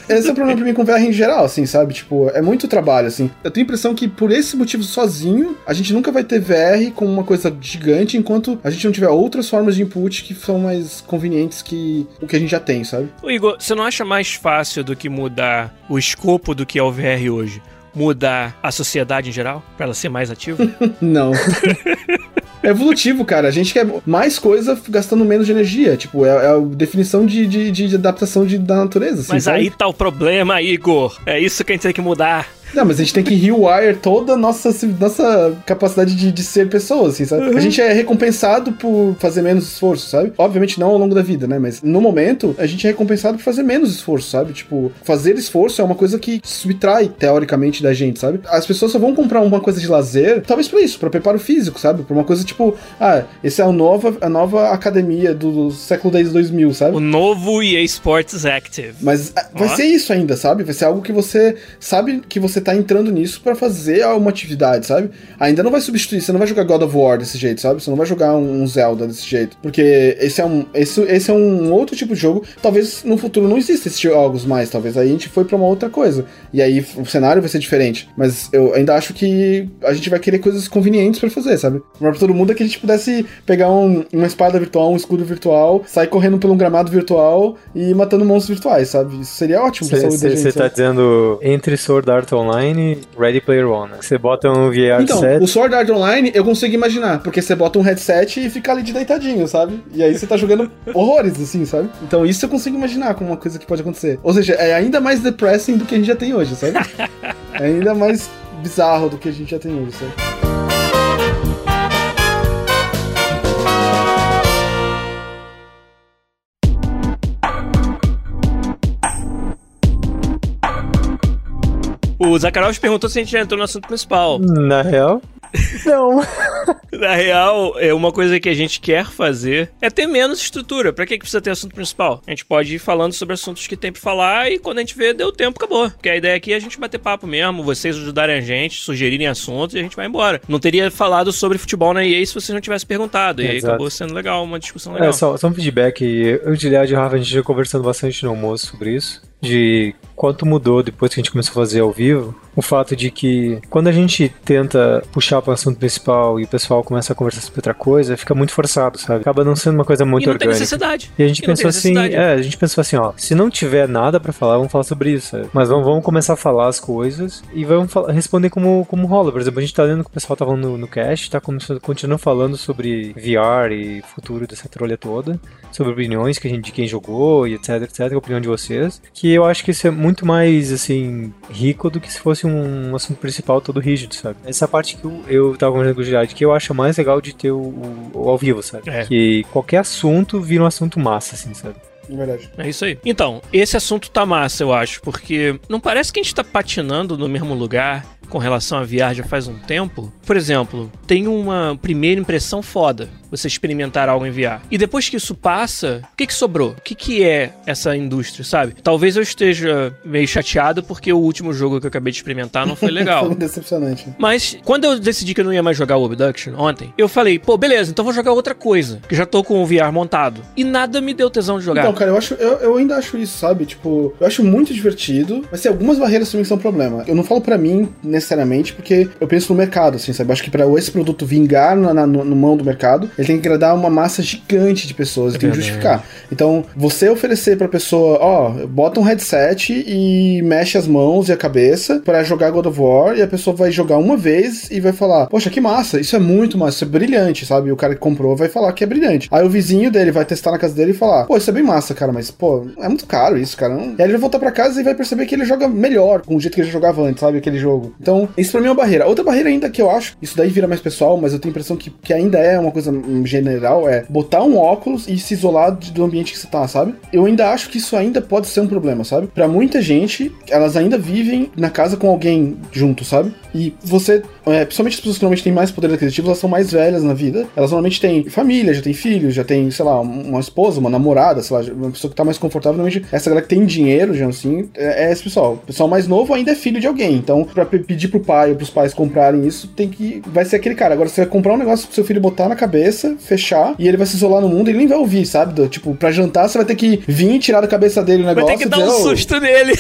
esse é o problema pra mim com V R em geral, assim, sabe? Tipo, é muito trabalho, assim. Eu tenho a impressão que por esse motivo sozinho, a gente nunca vai ter V R como uma coisa gigante, enquanto a gente não tiver outras formas de input que são mais convenientes que o que a gente já tem, sabe? Ô Igor, você não acha mais fácil do que mudar o escopo do que é o V R hoje? Mudar a sociedade em geral? Pra ela ser mais ativa? Não. É evolutivo, cara. A gente quer mais coisa gastando menos de energia. Tipo, é, é a definição de, de, de adaptação de, da natureza. Assim, Mas sabe? aí tá o problema, Igor. É isso que a gente tem que mudar. Não, mas a gente tem que rewire toda a nossa, nossa capacidade de, de ser pessoas, assim, sabe? Uhum. A gente é recompensado por fazer menos esforço, sabe? Obviamente não ao longo da vida, né? Mas no momento, a gente é recompensado por fazer menos esforço, sabe? Tipo, fazer esforço é uma coisa que subtrai, teoricamente, da gente, sabe? As pessoas só vão comprar uma coisa de lazer, talvez pra isso, pra preparo físico, sabe? Pra uma coisa tipo, ah, esse é a nova, a nova academia do, do século dois mil, sabe? O novo E A Sports Active. Mas vai Ó. ser isso ainda, sabe? Vai ser algo que você sabe que você tá entrando nisso pra fazer uma atividade, sabe? Ainda não vai substituir, você não vai jogar God of War desse jeito, sabe? Você não vai jogar um Zelda desse jeito, porque esse é um, esse, esse é um outro tipo de jogo. Talvez no futuro não exista esses jogos mais, talvez aí a gente foi pra uma outra coisa, e aí o cenário vai ser diferente, mas eu ainda acho que a gente vai querer coisas convenientes pra fazer, sabe? Pra todo mundo é que a gente pudesse pegar um, uma espada virtual, um escudo virtual, sair correndo por um gramado virtual e matando monstros virtuais, sabe? Isso seria ótimo pra saúde da gente. Você tá dizendo entre Sword Art Online Ready Player One, né? Você bota um V R então, set... o Sword Art Online eu consigo imaginar, porque você bota um headset e fica ali de deitadinho, sabe? E aí você tá jogando horrores, assim, sabe? Então isso eu consigo imaginar como uma coisa que pode acontecer. Ou seja, é ainda mais depressing do que a gente já tem hoje, sabe? É ainda mais bizarro do que a gente já tem hoje, sabe? O Zakharov perguntou se a gente já entrou no assunto principal. Na real, não. Na real, é uma coisa que a gente quer fazer é ter menos estrutura. Pra que que precisa ter assunto principal? A gente pode ir falando sobre assuntos que tem pra falar e quando a gente vê, deu tempo, acabou. Porque a ideia aqui é a gente bater papo mesmo, vocês ajudarem a gente, sugerirem assuntos e a gente vai embora. Não teria falado sobre futebol na E A se vocês não tivessem perguntado. E aí Exato. acabou sendo legal, uma discussão legal. É, só, só um feedback. Eu, de Léo e Rafa, a gente já conversando bastante no almoço sobre isso. De quanto mudou depois que a gente começou a fazer ao vivo. O fato de que quando a gente tenta puxar para o assunto principal e o pessoal começa a conversar sobre outra coisa, fica muito forçado, sabe? Acaba não sendo uma coisa muito e não orgânica. tem necessidade. E a gente E não pensou tem assim, necessidade. é, a gente pensou assim, ó, se não tiver nada pra falar, vamos falar sobre isso, sabe? Mas vamos, vamos começar a falar as coisas e vamos fal- responder como, como rola. Por exemplo, a gente tá lendo o que o pessoal tá falando no, no cast, tá começando, continuando falando sobre V R e futuro dessa trolha toda, sobre opiniões que a gente, de quem jogou e etc, etc, a opinião de vocês, que eu acho que isso é muito mais, assim, rico do que se fosse um, um assunto principal todo rígido, sabe? Essa parte que eu, eu tava conversando com o Girardi, que eu acho mais legal de ter o, o, o ao vivo, sabe? É. Que qualquer assunto vira um assunto massa, assim, sabe? É verdade. É isso aí. Então, esse assunto tá massa, eu acho, porque não parece que a gente tá patinando no mesmo lugar com relação a V R já faz um tempo. Por exemplo, tem uma primeira impressão foda, você experimentar algo em V R. E depois que isso passa, o que que sobrou? O que que é essa indústria, sabe? Talvez eu esteja meio chateado porque o último jogo que eu acabei de experimentar não foi legal. Foi decepcionante. Mas quando eu decidi que eu não ia mais jogar o Obduction ontem, eu falei, pô, beleza, então vou jogar outra coisa, que já tô com o V R montado. E nada me deu tesão de jogar. Então, cara, eu, acho, eu, eu ainda acho isso, sabe? Tipo, eu acho muito divertido, mas tem algumas barreiras também que são problema. Eu não falo pra mim, necessariamente, porque eu penso no mercado, assim, sabe? Eu acho que pra esse produto vingar na, na, no, no mão do mercado, ele tem que agradar uma massa gigante de pessoas, É ele tem que justificar. Então, você oferecer pra pessoa, ó, bota um headset e mexe as mãos e a cabeça pra jogar God of War, e a pessoa vai jogar uma vez e vai falar, poxa, que massa, isso é muito massa, isso é brilhante, sabe? E o cara que comprou vai falar que é brilhante. Aí o vizinho dele vai testar na casa dele e falar, pô, isso é bem massa, cara, mas, pô, é muito caro isso, cara. Não... E aí ele vai voltar pra casa e vai perceber que ele joga melhor, com o jeito que ele já jogava antes, sabe? Aquele jogo. Então, isso pra mim é uma barreira. Outra barreira ainda que eu acho, isso daí vira mais pessoal, mas eu tenho a impressão que, que ainda é uma coisa general, é botar um óculos e se isolar de, do ambiente que você tá, sabe? Eu ainda acho que isso ainda pode ser um problema, sabe? Pra muita gente, elas ainda vivem na casa com alguém junto, sabe? E você, é, principalmente as pessoas que normalmente têm mais poder aquisitivo, elas são mais velhas na vida. Elas normalmente têm família, já têm filhos, já tem, sei lá, uma esposa, uma namorada, sei lá, uma pessoa que tá mais confortável. Normalmente, essa galera que tem dinheiro, já assim, é, é esse pessoal. O pessoal mais novo ainda é filho de alguém. Então, pra p- pedir pro pai ou pros pais comprarem isso, tem que... Vai ser aquele cara. Agora, você vai comprar um negócio pro seu filho botar na cabeça, fechar, e ele vai se isolar no mundo e ele nem vai ouvir, sabe? Do, tipo, pra jantar, você vai ter que vir tirar da cabeça dele o negócio. Vai ter que dar dizer, um oh, susto nele.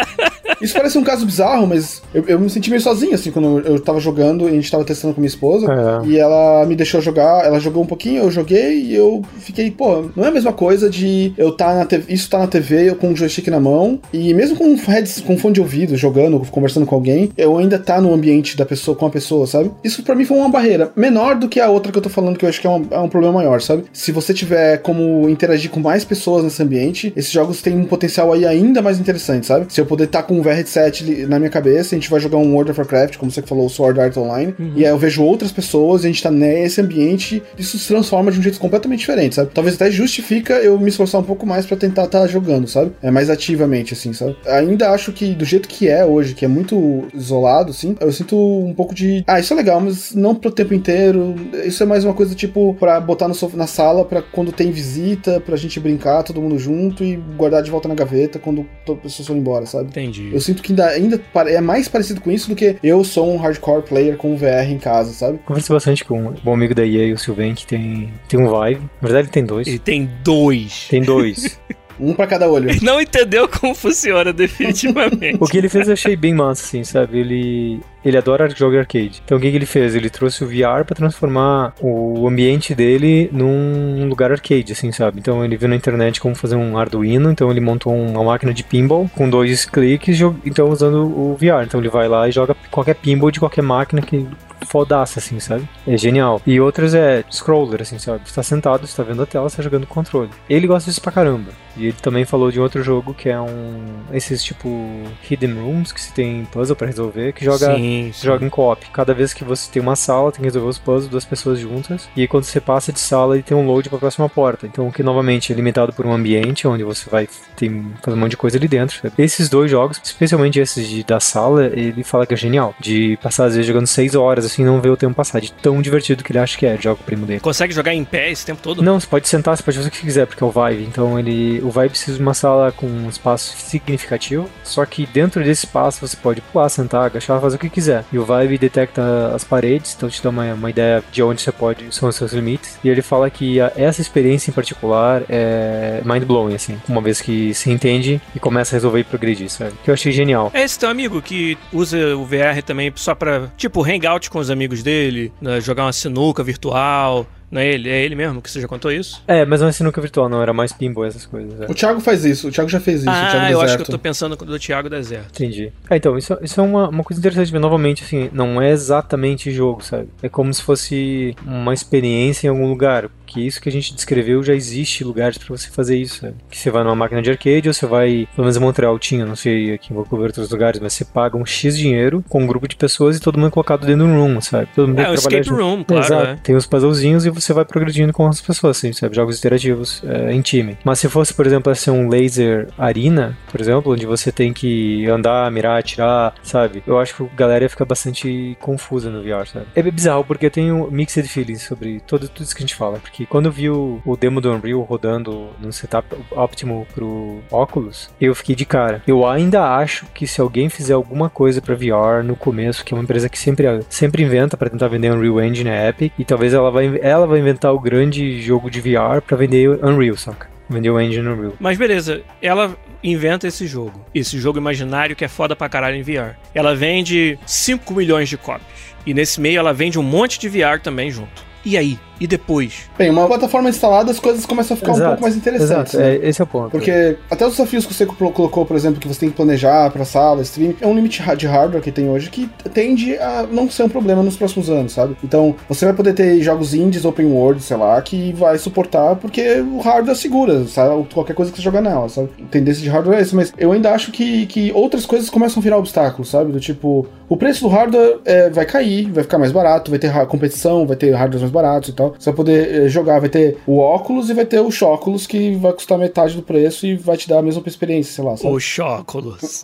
Isso parece um caso bizarro, mas eu, eu me senti meio sozinho, assim, quando eu tava jogando, e a gente tava testando com minha esposa, É. e ela me deixou jogar, ela jogou um pouquinho, eu joguei, e eu fiquei, pô, não é a mesma coisa de eu tá na T V, isso tá na T V, eu com o joystick na mão, e mesmo com, heads, com fone de ouvido, jogando, conversando com alguém, eu ainda tá no ambiente da pessoa, com a pessoa, sabe? Isso pra mim foi uma barreira, menor do que a outra que eu tô falando, que eu acho que é um, é um problema maior, sabe? Se você tiver como interagir com mais pessoas nesse ambiente, esses jogos têm um potencial aí ainda mais interessante, sabe? Se eu poder estar tá com um V R headset na minha cabeça, a gente vai jogar um World of Warcraft, como você falou, o Sword Art Online, uhum. e aí eu vejo outras pessoas, a gente tá nesse ambiente, isso se transforma de um jeito completamente diferente, sabe? Talvez até justifica eu me esforçar um pouco mais pra tentar estar tá jogando, sabe? É mais ativamente, assim, sabe? Ainda acho que do jeito que é hoje, que é muito isolado, assim, eu sinto um pouco de, ah, isso é legal, mas não pro tempo inteiro, isso é mais uma coisa, tipo, pra botar no sof- na sala, pra quando tem visita, pra gente brincar todo mundo junto e guardar de volta na gaveta quando todas as pessoas foram embora, sabe? Entendi. Eu sinto que ainda, ainda é mais parecido com isso do que eu sou um hardcore player com V R em casa, sabe? Conversei bastante com um bom amigo da E A, o Sylvain, que tem, tem um Vive. Na verdade, ele tem dois. Ele tem dois. Tem dois. Um pra cada olho. Ele não entendeu como funciona definitivamente. O que ele fez eu achei bem massa, assim, sabe? Ele... Ele adora jogo arcade. Então o que, que ele fez? Ele trouxe o V R pra transformar o ambiente dele num lugar arcade, assim, sabe? Então ele viu na internet como fazer um Arduino, então ele montou uma máquina de pinball com dois cliques, então usando o V R. Então ele vai lá e joga qualquer pinball de qualquer máquina que... fodaça, assim, sabe? É genial. E outras é scroller, assim, sabe? Você tá sentado, você tá vendo a tela, você tá jogando controle. Ele gosta disso pra caramba. E ele também falou de outro jogo que é um... esses, tipo, hidden rooms, que você tem puzzle pra resolver, que joga, sim, sim. joga em co-op. Cada vez que você tem uma sala, tem que resolver os puzzles, duas pessoas juntas. E aí, quando você passa de sala, ele tem um load pra próxima porta. Então, que, novamente, é limitado por um ambiente onde você vai ter, fazer um monte de coisa ali dentro, sabe? Esses dois jogos, especialmente esses de, da sala, ele fala que é genial. De passar, às vezes, jogando seis horas, assim, não ver o tempo passar, de tão divertido que ele acha que é, joga o primo dele. Consegue jogar em pé esse tempo todo? Não, você pode sentar, você pode fazer o que quiser, porque é o Vive. Então ele, o Vive precisa de uma sala com um espaço significativo, só que dentro desse espaço você pode pular, sentar, agachar, fazer o que quiser. E o Vive detecta as paredes, então te dá uma, uma ideia de onde você pode, são os seus limites. E ele fala que a, essa experiência em particular é mind-blowing, assim, uma vez que se entende e começa a resolver e progredir, sabe? Que eu achei genial. É esse teu amigo que usa o V R também só pra, tipo, hangout com os amigos dele, né, jogar uma sinuca virtual. Não é ele? É ele mesmo que você já contou isso? É, mas não é sinuca virtual, não. Era mais pinball, essas coisas. É. O Thiago faz isso. O Thiago já fez isso. Ah, o Thiago eu Deserto. acho que eu tô pensando do Thiago Deserto. Entendi. É, então, isso, isso é uma, uma coisa interessante, mas novamente, assim, não é exatamente jogo, sabe? É como se fosse uma experiência em algum lugar. Que isso que a gente descreveu já existe lugares pra você fazer isso, sabe? Que você vai numa máquina de arcade ou você vai, pelo menos em Montreal tinha, não sei aqui em Vancouver outros lugares, mas você paga um X dinheiro com um grupo de pessoas e todo mundo é colocado dentro de um room, sabe? Todo mundo é, um escape junto. Room, claro. Exato. É. Tem os puzzlezinhos e você vai progredindo com as pessoas, assim, sabe? Jogos interativos é, em time. Mas se fosse, por exemplo, ser um laser arena, por exemplo, onde você tem que andar, mirar, atirar, sabe? Eu acho que a galera ia ficar bastante confusa no V R, sabe? É bizarro porque eu tenho mixed feelings sobre todo, tudo isso que a gente fala, porque quando eu vi o o demo do Unreal rodando num setup óptimo pro óculos, eu fiquei de cara. Eu ainda acho que se alguém fizer alguma coisa pra V R no começo, que é uma empresa que sempre, sempre inventa pra tentar vender Unreal Engine, é Epic, e talvez ela vai, ela vai inventar o grande jogo de V R pra vender Unreal, saca? Vender o Engine Unreal. Mas beleza, ela inventa esse jogo. Esse jogo imaginário que é foda pra caralho em V R. Ela vende cinco milhões de cópias. E nesse meio ela vende um monte de V R também junto. E aí? E depois? Bem, uma plataforma instalada, as coisas começam a ficar exato, um pouco mais interessantes. Exato, né? é, esse é o ponto. Porque até os desafios que você colocou, por exemplo, que você tem que planejar pra sala, stream, é um limite de hardware que tem hoje que tende a não ser um problema nos próximos anos, sabe? Então, você vai poder ter jogos indies, open world, sei lá, que vai suportar porque o hardware segura, sabe? Qualquer coisa que você jogar nela, sabe? A tendência de hardware é essa, mas eu ainda acho que, que outras coisas começam a virar obstáculos, sabe? Do tipo, o preço do hardware é, vai cair, vai ficar mais barato, vai ter competição, vai ter hardwares mais baratos e tal. Você vai poder é, jogar, vai ter o óculos e vai ter o Chóculos, que vai custar metade do preço e vai te dar a mesma experiência, sei lá. Sabe? O Chóculos.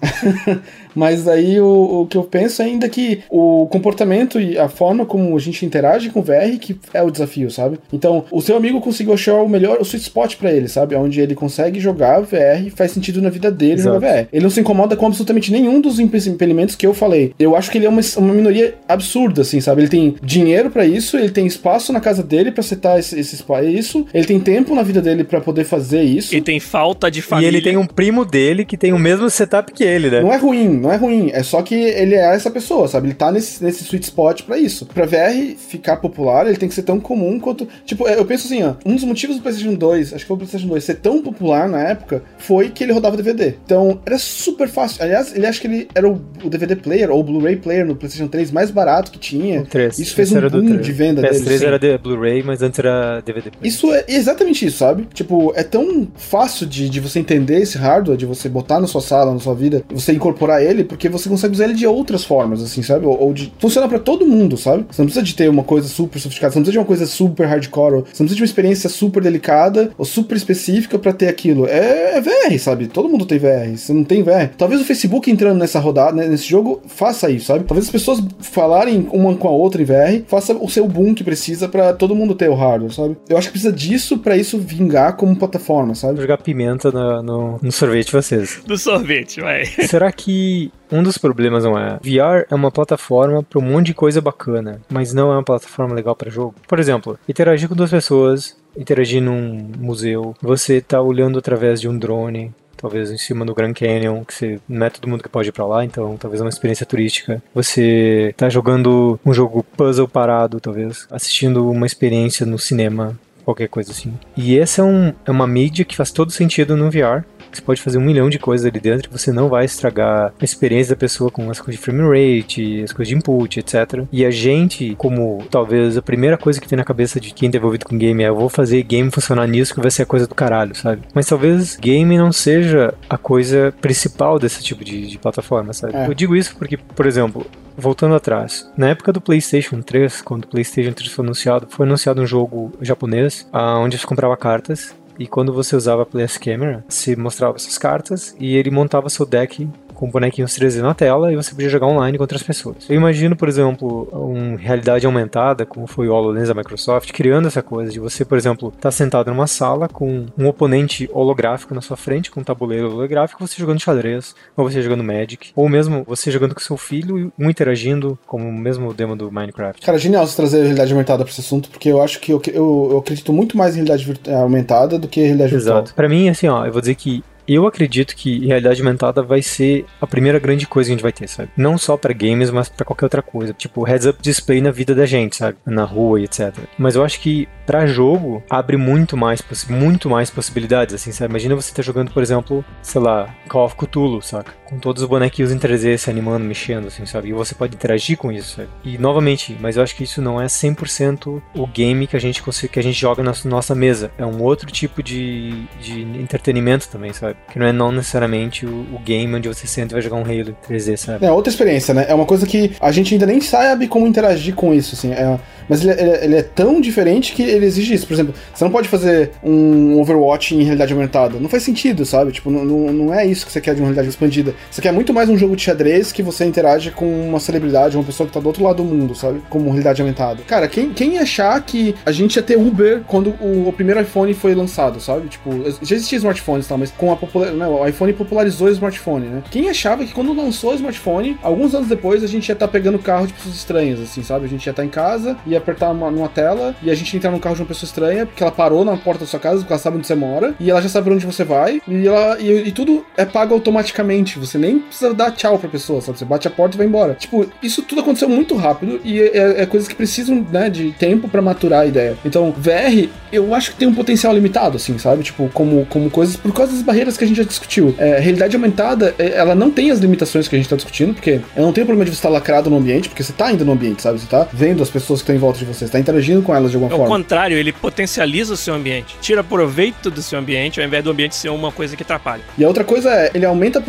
Mas aí o, o que eu penso ainda é que o comportamento e a forma como a gente interage com o V R que é o desafio, sabe? Então, o seu amigo conseguiu achar o melhor, o sweet spot pra ele, sabe? Onde ele consegue jogar V R, faz sentido na vida dele jogar V R. Ele não se incomoda com absolutamente nenhum dos impedimentos que eu falei. Eu acho que ele é uma, uma minoria absurda, assim, sabe? Ele tem dinheiro pra isso, ele tem espaço na casa dele pra setar esse, esse isso, ele tem tempo na vida dele pra poder fazer isso. E tem falta de família. E ele tem um primo dele que tem o mesmo setup que ele, né? Não é ruim, não é ruim. É só que ele é essa pessoa, sabe? Ele tá nesse, nesse sweet spot pra isso. Pra V R ficar popular, ele tem que ser tão comum quanto... Tipo, eu penso assim, ó, um dos motivos do PlayStation dois, acho que foi o PlayStation dois, ser tão popular na época, foi que ele rodava D V D. Então, era super fácil. Aliás, ele acha que ele era o, o D V D player, ou o Blu-ray player no PlayStation três mais barato que tinha. O três. Isso fez um boom de venda dele. P S três era de Blu-ray, mas antes era D V D player. Isso é exatamente isso, sabe? Tipo, é tão fácil de, de você entender esse hardware, de você botar na sua sala, na sua vida, você incorporar ele, porque você consegue usar ele de outras formas, assim, sabe? Ou, ou de... Funciona pra todo mundo, sabe? Você não precisa de ter uma coisa super sofisticada, você não precisa de uma coisa super hardcore, você não precisa de uma experiência super delicada ou super específica pra ter aquilo. É, é V R, sabe? Todo mundo tem V R, você não tem V R. Talvez o Facebook entrando nessa rodada, né, nesse jogo, faça isso, sabe? Talvez as pessoas falarem uma com a outra em V R, faça o seu boom que precisa pra todo mundo ter o hardware, sabe? Eu acho que precisa disso pra isso vingar como plataforma, sabe? Jogar pimenta no, no, no sorvete de vocês. Do sorvete, vai. Será que um dos problemas não é? V R é uma plataforma pra um monte de coisa bacana, mas não é uma plataforma legal pra jogo. Por exemplo, interagir com duas pessoas, interagir num museu, você tá olhando através de um drone, talvez em cima do Grand Canyon, que você, não é todo mundo que pode ir pra lá, então talvez é uma experiência turística. Você tá jogando um jogo puzzle parado, talvez, assistindo uma experiência no cinema, qualquer coisa assim. E essa é, um, é uma mídia que faz todo sentido no V R. Você pode fazer um milhão de coisas ali dentro e você não vai estragar a experiência da pessoa com as coisas de frame rate, as coisas de input, etcétera. E a gente, como talvez a primeira coisa que tem na cabeça de quem tá envolvido com game é: eu vou fazer game funcionar nisso que vai ser a coisa do caralho, sabe? Mas talvez game não seja a coisa principal desse tipo de, de plataforma, sabe? É. Eu digo isso porque, por exemplo, voltando atrás, na época do PlayStation três, quando o PlayStation três foi anunciado, foi anunciado um jogo japonês, onde você comprava cartas. E quando você usava a P S Camera, você mostrava essas cartas e ele montava seu deck com bonequinhos três D na tela e você podia jogar online com outras pessoas. Eu imagino, por exemplo, uma realidade aumentada, como foi o HoloLens da Microsoft, criando essa coisa de você, por exemplo, estar tá sentado numa sala com um oponente holográfico na sua frente, com um tabuleiro holográfico, você jogando xadrez, ou você jogando Magic, ou mesmo você jogando com seu filho e um interagindo, como o mesmo demo do Minecraft. Cara, genial você trazer a realidade aumentada para esse assunto, porque eu acho que eu, eu, eu acredito muito mais em realidade aumentada do que realidade virtual. Exato. Pra mim, assim, ó, eu vou dizer que eu acredito que realidade aumentada vai ser a primeira grande coisa que a gente vai ter, sabe? Não só pra games, mas pra qualquer outra coisa. Tipo, heads-up display na vida da gente, sabe? Na rua e etcétera. Mas eu acho que pra jogo abre muito mais, muito mais possibilidades, assim, sabe? Imagina você tá jogando, por exemplo, sei lá, Call of Cthulhu, saca? Com todos os bonequinhos em três D se animando, mexendo, assim, sabe? E você pode interagir com isso, sabe? E, novamente, mas eu acho que isso não é cem por cento o game que a gente, que a gente joga na nossa mesa. É um outro tipo de, de entretenimento também, sabe? Que não é não necessariamente o, o game onde você senta e vai jogar um Halo em três D, sabe? É outra experiência, né? É uma coisa que a gente ainda nem sabe como interagir com isso, assim. É, mas ele, ele, ele é tão diferente que ele exige isso. Por exemplo, você não pode fazer um Overwatch em realidade aumentada. Não faz sentido, sabe? Tipo, não, não, não é isso que você quer de uma realidade expandida. Você quer muito mais um jogo de xadrez que você interage com uma celebridade, uma pessoa que tá do outro lado do mundo, sabe? Como realidade aumentada. Cara, quem, quem ia achar que a gente ia ter Uber quando o, o primeiro iPhone foi lançado, sabe? Tipo, já existia smartphones e tal, mas com a popular, né, o iPhone popularizou o smartphone, né? Quem achava que quando lançou o smartphone, alguns anos depois a gente ia estar tá pegando carro de pessoas estranhas, assim, sabe? A gente ia estar tá em casa, ia apertar uma, numa tela e a gente ia entrar num carro de uma pessoa estranha, porque ela parou na porta da sua casa, porque ela sabe onde você mora, e ela já sabe onde você vai, e, ela, e, e tudo é pago automaticamente. Você nem precisa dar tchau pra pessoa, sabe? Você bate a porta e vai embora. Tipo, isso tudo aconteceu muito rápido e é, é coisas que precisam, né, de tempo pra maturar a ideia. Então, V R, eu acho que tem um potencial limitado, assim, sabe? Tipo, como, como coisas, por causa das barreiras que a gente já discutiu. É, realidade aumentada, ela não tem as limitações que a gente tá discutindo, porque ela não tem o problema de você estar lacrado no ambiente, porque você tá ainda no ambiente, sabe? Você tá vendo as pessoas que estão em volta de você, você tá interagindo com elas de alguma Ao forma. Ao contrário, ele potencializa o seu ambiente, tira proveito do seu ambiente, ao invés do ambiente ser uma coisa que atrapalha. E a outra coisa é, ele aumenta a possibilidade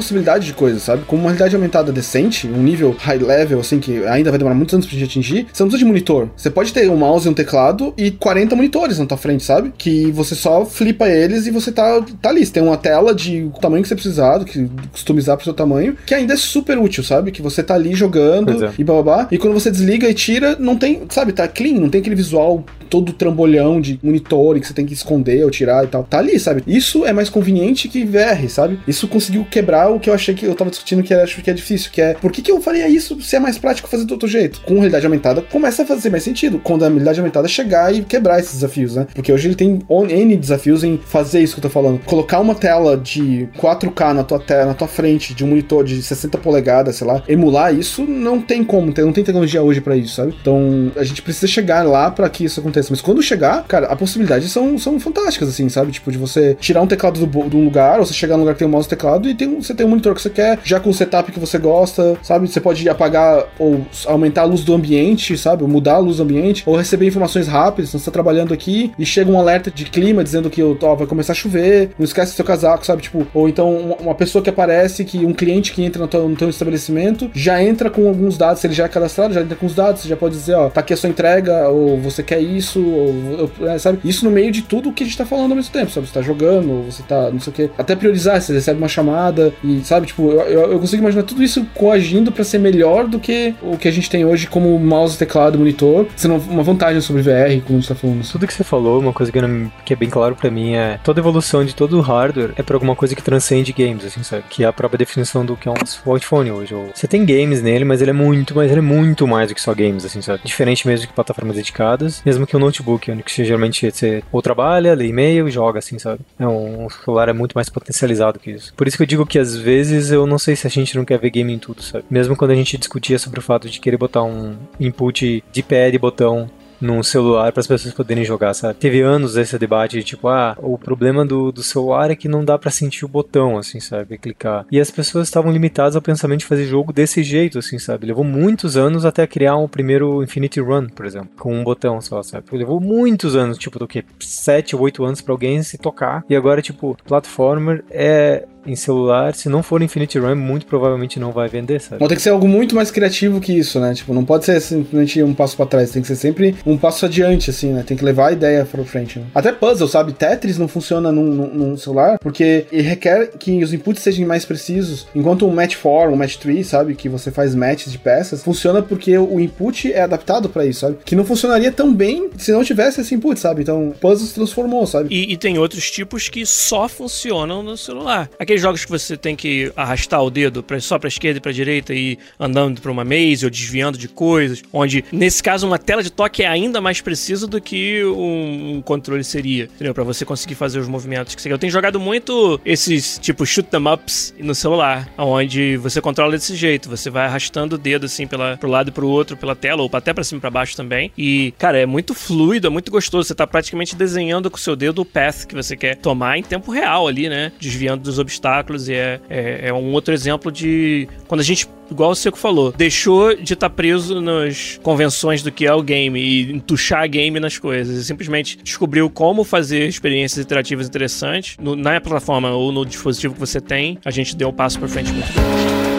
de coisas, sabe? Com uma realidade aumentada decente, um nível high level, assim, que ainda vai demorar muitos anos pra gente atingir, você não precisa de monitor. Você pode ter um mouse e um teclado e quarenta monitores na tua frente, sabe? Que você só flipa eles e você tá, tá ali. Você tem uma tela de tamanho que você precisar, que customizar pro seu tamanho, que ainda é super útil, sabe? Que você tá ali jogando é. e bababá. E quando você desliga e tira, não tem, sabe? Tá clean, não tem aquele visual todo trambolhão de monitor que você tem que esconder ou tirar e tal. Tá ali, sabe? Isso é mais conveniente que V R, sabe? Isso conseguiu quebrar o que eu achei que eu tava discutindo que eu acho que é difícil, que é por que que eu faria isso se é mais prático fazer do outro jeito? Com realidade aumentada, começa a fazer mais sentido. Quando a realidade aumentada chegar e quebrar esses desafios, né? Porque hoje ele tem N desafios em fazer isso que eu tô falando. Colocar uma tela de quatro K na tua tela, na tua frente, de um monitor de sessenta polegadas, sei lá, emular isso, não tem como, não tem tecnologia hoje pra isso, sabe? Então, a gente precisa chegar lá pra que isso aconteça. Mas quando chegar, cara, as possibilidades são, são fantásticas, assim, sabe? Tipo, de você tirar um teclado do, de um lugar, ou você chegar num lugar que tem um mouse e teclado e tem um, você tem um monitor que você quer, já com o setup que você gosta, sabe? Você pode apagar ou aumentar a luz do ambiente, sabe? Mudar a luz do ambiente, ou receber informações rápidas. Então, você tá trabalhando aqui e chega um alerta de clima dizendo que ó, vai começar a chover, não esquece do seu casaco, sabe? Tipo, ou então uma pessoa que aparece, que um cliente que entra no teu, no teu estabelecimento, já entra com alguns dados, se ele já é cadastrado, já entra com os dados, você já pode dizer, ó, tá aqui a sua entrega, ou você quer isso, ou, é, sabe? Isso no meio de tudo o que a gente tá falando ao mesmo tempo, sabe? Você tá jogando, ou você tá, não sei o que, até priorizar, você recebe uma chamada, e sabe? Tipo, eu, eu, eu consigo imaginar tudo isso coagindo pra ser melhor do que o que a gente tem hoje como mouse, teclado, monitor, sendo uma vantagem sobre V R, como a gente tá falando. Tudo que você falou, uma coisa que, não, que é bem claro pra mim é, toda evolução de todo o hardware é pra alguma coisa que transcende games, assim, sabe? Que é a própria definição do que é um smartphone hoje. Ou você tem games nele, mas ele é muito, mas ele é muito mais do que só games, assim, sabe? Diferente mesmo de plataformas dedicadas, mesmo que o notebook, onde você geralmente você ou trabalha, lê e-mail e joga, assim, sabe? É um, um celular é muito mais potencializado que isso. Por isso que eu digo que às vezes eu não sei se a gente não quer ver game em tudo, sabe? Mesmo quando a gente discutia sobre o fato de querer botar um input de pad e botão num celular para as pessoas poderem jogar, sabe? Teve anos esse debate de tipo, ah, o problema do, do celular é que não dá para sentir o botão, assim, sabe? Clicar. E as pessoas estavam limitadas ao pensamento de fazer jogo desse jeito, assim, sabe? Levou muitos anos até criar o um primeiro Infinity Run, por exemplo, com um botão só, sabe? Levou muitos anos, tipo, do que? sete ou oito anos para alguém se tocar. E agora, tipo, platformer é em celular, se não for Infinity Run, muito provavelmente não vai vender, sabe? Não, tem que ser algo muito mais criativo que isso, né? Tipo, não pode ser simplesmente um passo pra trás, tem que ser sempre um passo adiante, assim, né? Tem que levar a ideia pra frente, né? Até puzzle, sabe? Tetris não funciona num, num, num celular, porque ele requer que os inputs sejam mais precisos, enquanto um match four, um match three, sabe? Que você faz matches de peças, funciona porque o input é adaptado pra isso, sabe? Que não funcionaria tão bem se não tivesse esse input, sabe? Então, puzzle se transformou, sabe? E, e tem outros tipos que só funcionam no celular. Aqueles jogos que você tem que arrastar o dedo pra, só pra esquerda e pra direita e ir andando pra uma maze ou desviando de coisas, onde, nesse caso, uma tela de toque é ainda mais precisa do que um, um controle seria, entendeu? Pra você conseguir fazer os movimentos que você quer. Eu tenho jogado muito esses, tipo, shoot 'em ups no celular, onde você controla desse jeito, você vai arrastando o dedo, assim, pela, pro lado e pro outro, pela tela, ou até pra cima e pra baixo também, e, cara, é muito fluido, é muito gostoso, você tá praticamente desenhando com o seu dedo o path que você quer tomar em tempo real ali, né? Desviando dos obstáculos, e é, é, é um outro exemplo de quando a gente, igual o Seco falou, deixou de estar tá preso nas convenções do que é o game e entuchar a game nas coisas, e simplesmente descobriu como fazer experiências interativas interessantes no, na plataforma ou no dispositivo que você tem, a gente deu um passo pra frente muito grande.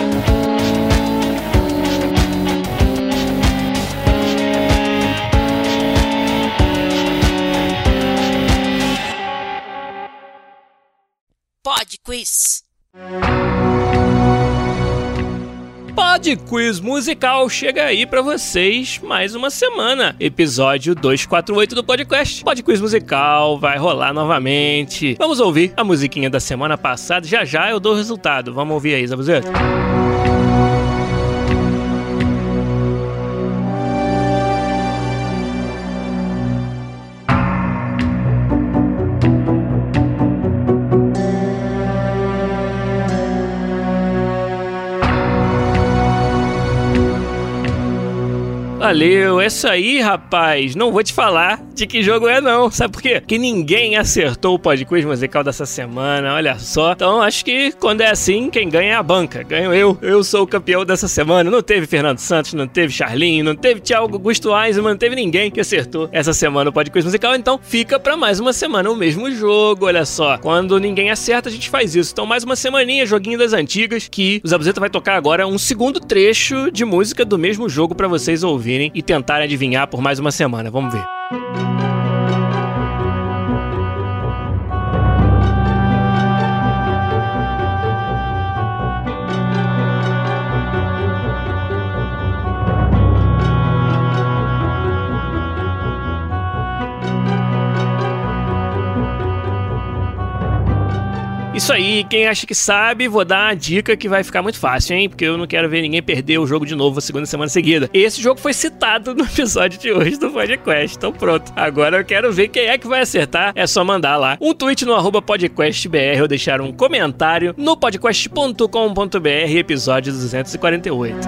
Pod Quiz. Pod Quiz Musical chega aí pra vocês mais uma semana. Episódio duzentos e quarenta e oito do podcast. Pod Quiz Musical vai rolar novamente. Vamos ouvir a musiquinha da semana passada. Já já eu dou o resultado. Vamos ouvir aí, Zabuzeto. valeu. É isso aí, rapaz. Não vou te falar de que jogo é, não. Sabe por quê? Porque ninguém acertou o Podquiz musical dessa semana, olha só. Então, acho que quando é assim, quem ganha é a banca. Ganho eu. Eu sou o campeão dessa semana. Não teve Fernando Santos, não teve Charlinho, não teve Thiago Augusto Eisenman, não teve ninguém que acertou essa semana o Podquiz musical. Então, fica pra mais uma semana o mesmo jogo, olha só. Quando ninguém acerta, a gente faz isso. Então, mais uma semaninha, joguinho das antigas, que o Zabuzeta vai tocar agora um segundo trecho de música do mesmo jogo pra vocês ouvirem e tentarem adivinhar por mais uma semana. Vamos ver. Isso aí, quem acha que sabe, vou dar uma dica que vai ficar muito fácil, hein? Porque eu não quero ver ninguém perder o jogo de novo a segunda semana seguida. Esse jogo foi citado no episódio de hoje do Podcast. Então pronto, agora eu quero ver quem é que vai acertar. É só mandar lá um tweet no arroba podcastbr ou deixar um comentário no podcast ponto com ponto br, episódio duzentos e quarenta e oito.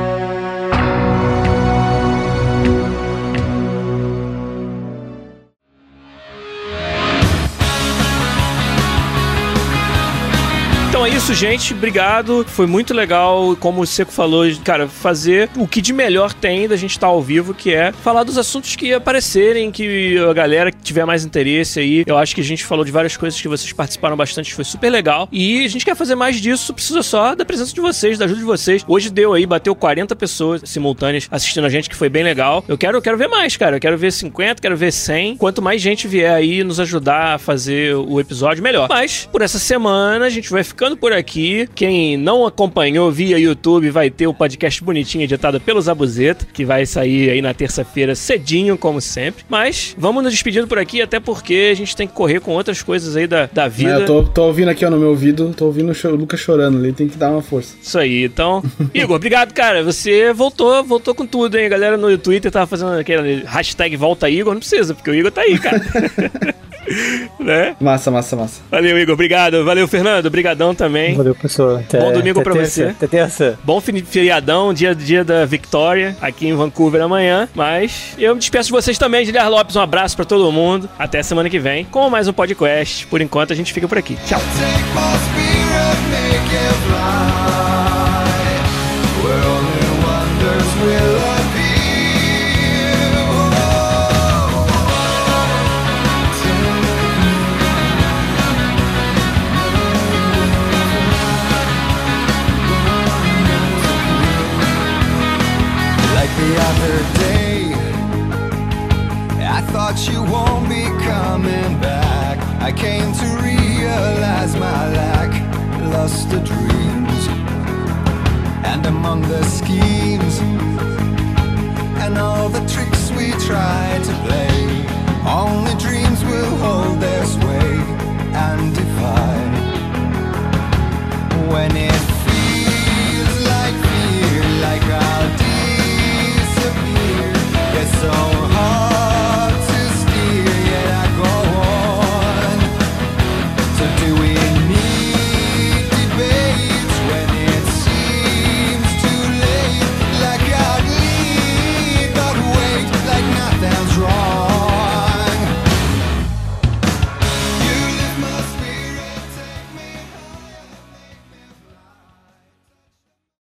Então é isso, gente. Obrigado. Foi muito legal, como o Seco falou, cara, fazer o que de melhor tem da gente estar ao vivo, que é falar dos assuntos que aparecerem, que a galera que tiver mais interesse aí. Eu acho que a gente falou de várias coisas que vocês participaram bastante, foi super legal. E a gente quer fazer mais disso, precisa só da presença de vocês, da ajuda de vocês. Hoje deu aí, bateu quarenta pessoas simultâneas assistindo a gente, que foi bem legal. Eu quero, eu quero ver mais, cara. Eu quero ver cinquenta, quero ver cem. Quanto mais gente vier aí nos ajudar a fazer o episódio, melhor. Mas, por essa semana, a gente vai ficando por aqui. Quem não acompanhou via YouTube vai ter o podcast bonitinho editado pelo Zabuzeta, que vai sair aí na terça-feira cedinho, como sempre. Mas vamos nos despedindo por aqui, até porque a gente tem que correr com outras coisas aí da, da vida. É, eu tô, tô ouvindo aqui ó, no meu ouvido, tô ouvindo o Lucas chorando ali, tem que dar uma força. Isso aí, então. Igor, obrigado, cara. Você voltou, voltou com tudo, hein? A galera no Twitter tava fazendo aquele hashtag volta Igor, não precisa, porque o Igor tá aí, cara. Né? Massa, massa, massa. Valeu, Igor, obrigado. Valeu, Fernando, brigadão também. Valeu, pessoal. Até, Bom domingo até pra terça, você. Até terça. Bom feriadão, dia, dia da Vitória, aqui em Vancouver amanhã. Mas eu me despeço de vocês também, Giliar Lopes. Um abraço pra todo mundo. Até semana que vem com mais um podcast. Por enquanto, a gente fica por aqui. Tchau. The other day, I thought you won't be coming back. I came to realize my lack, lost the dreams, and among the schemes, and all the tricks we tried to play, only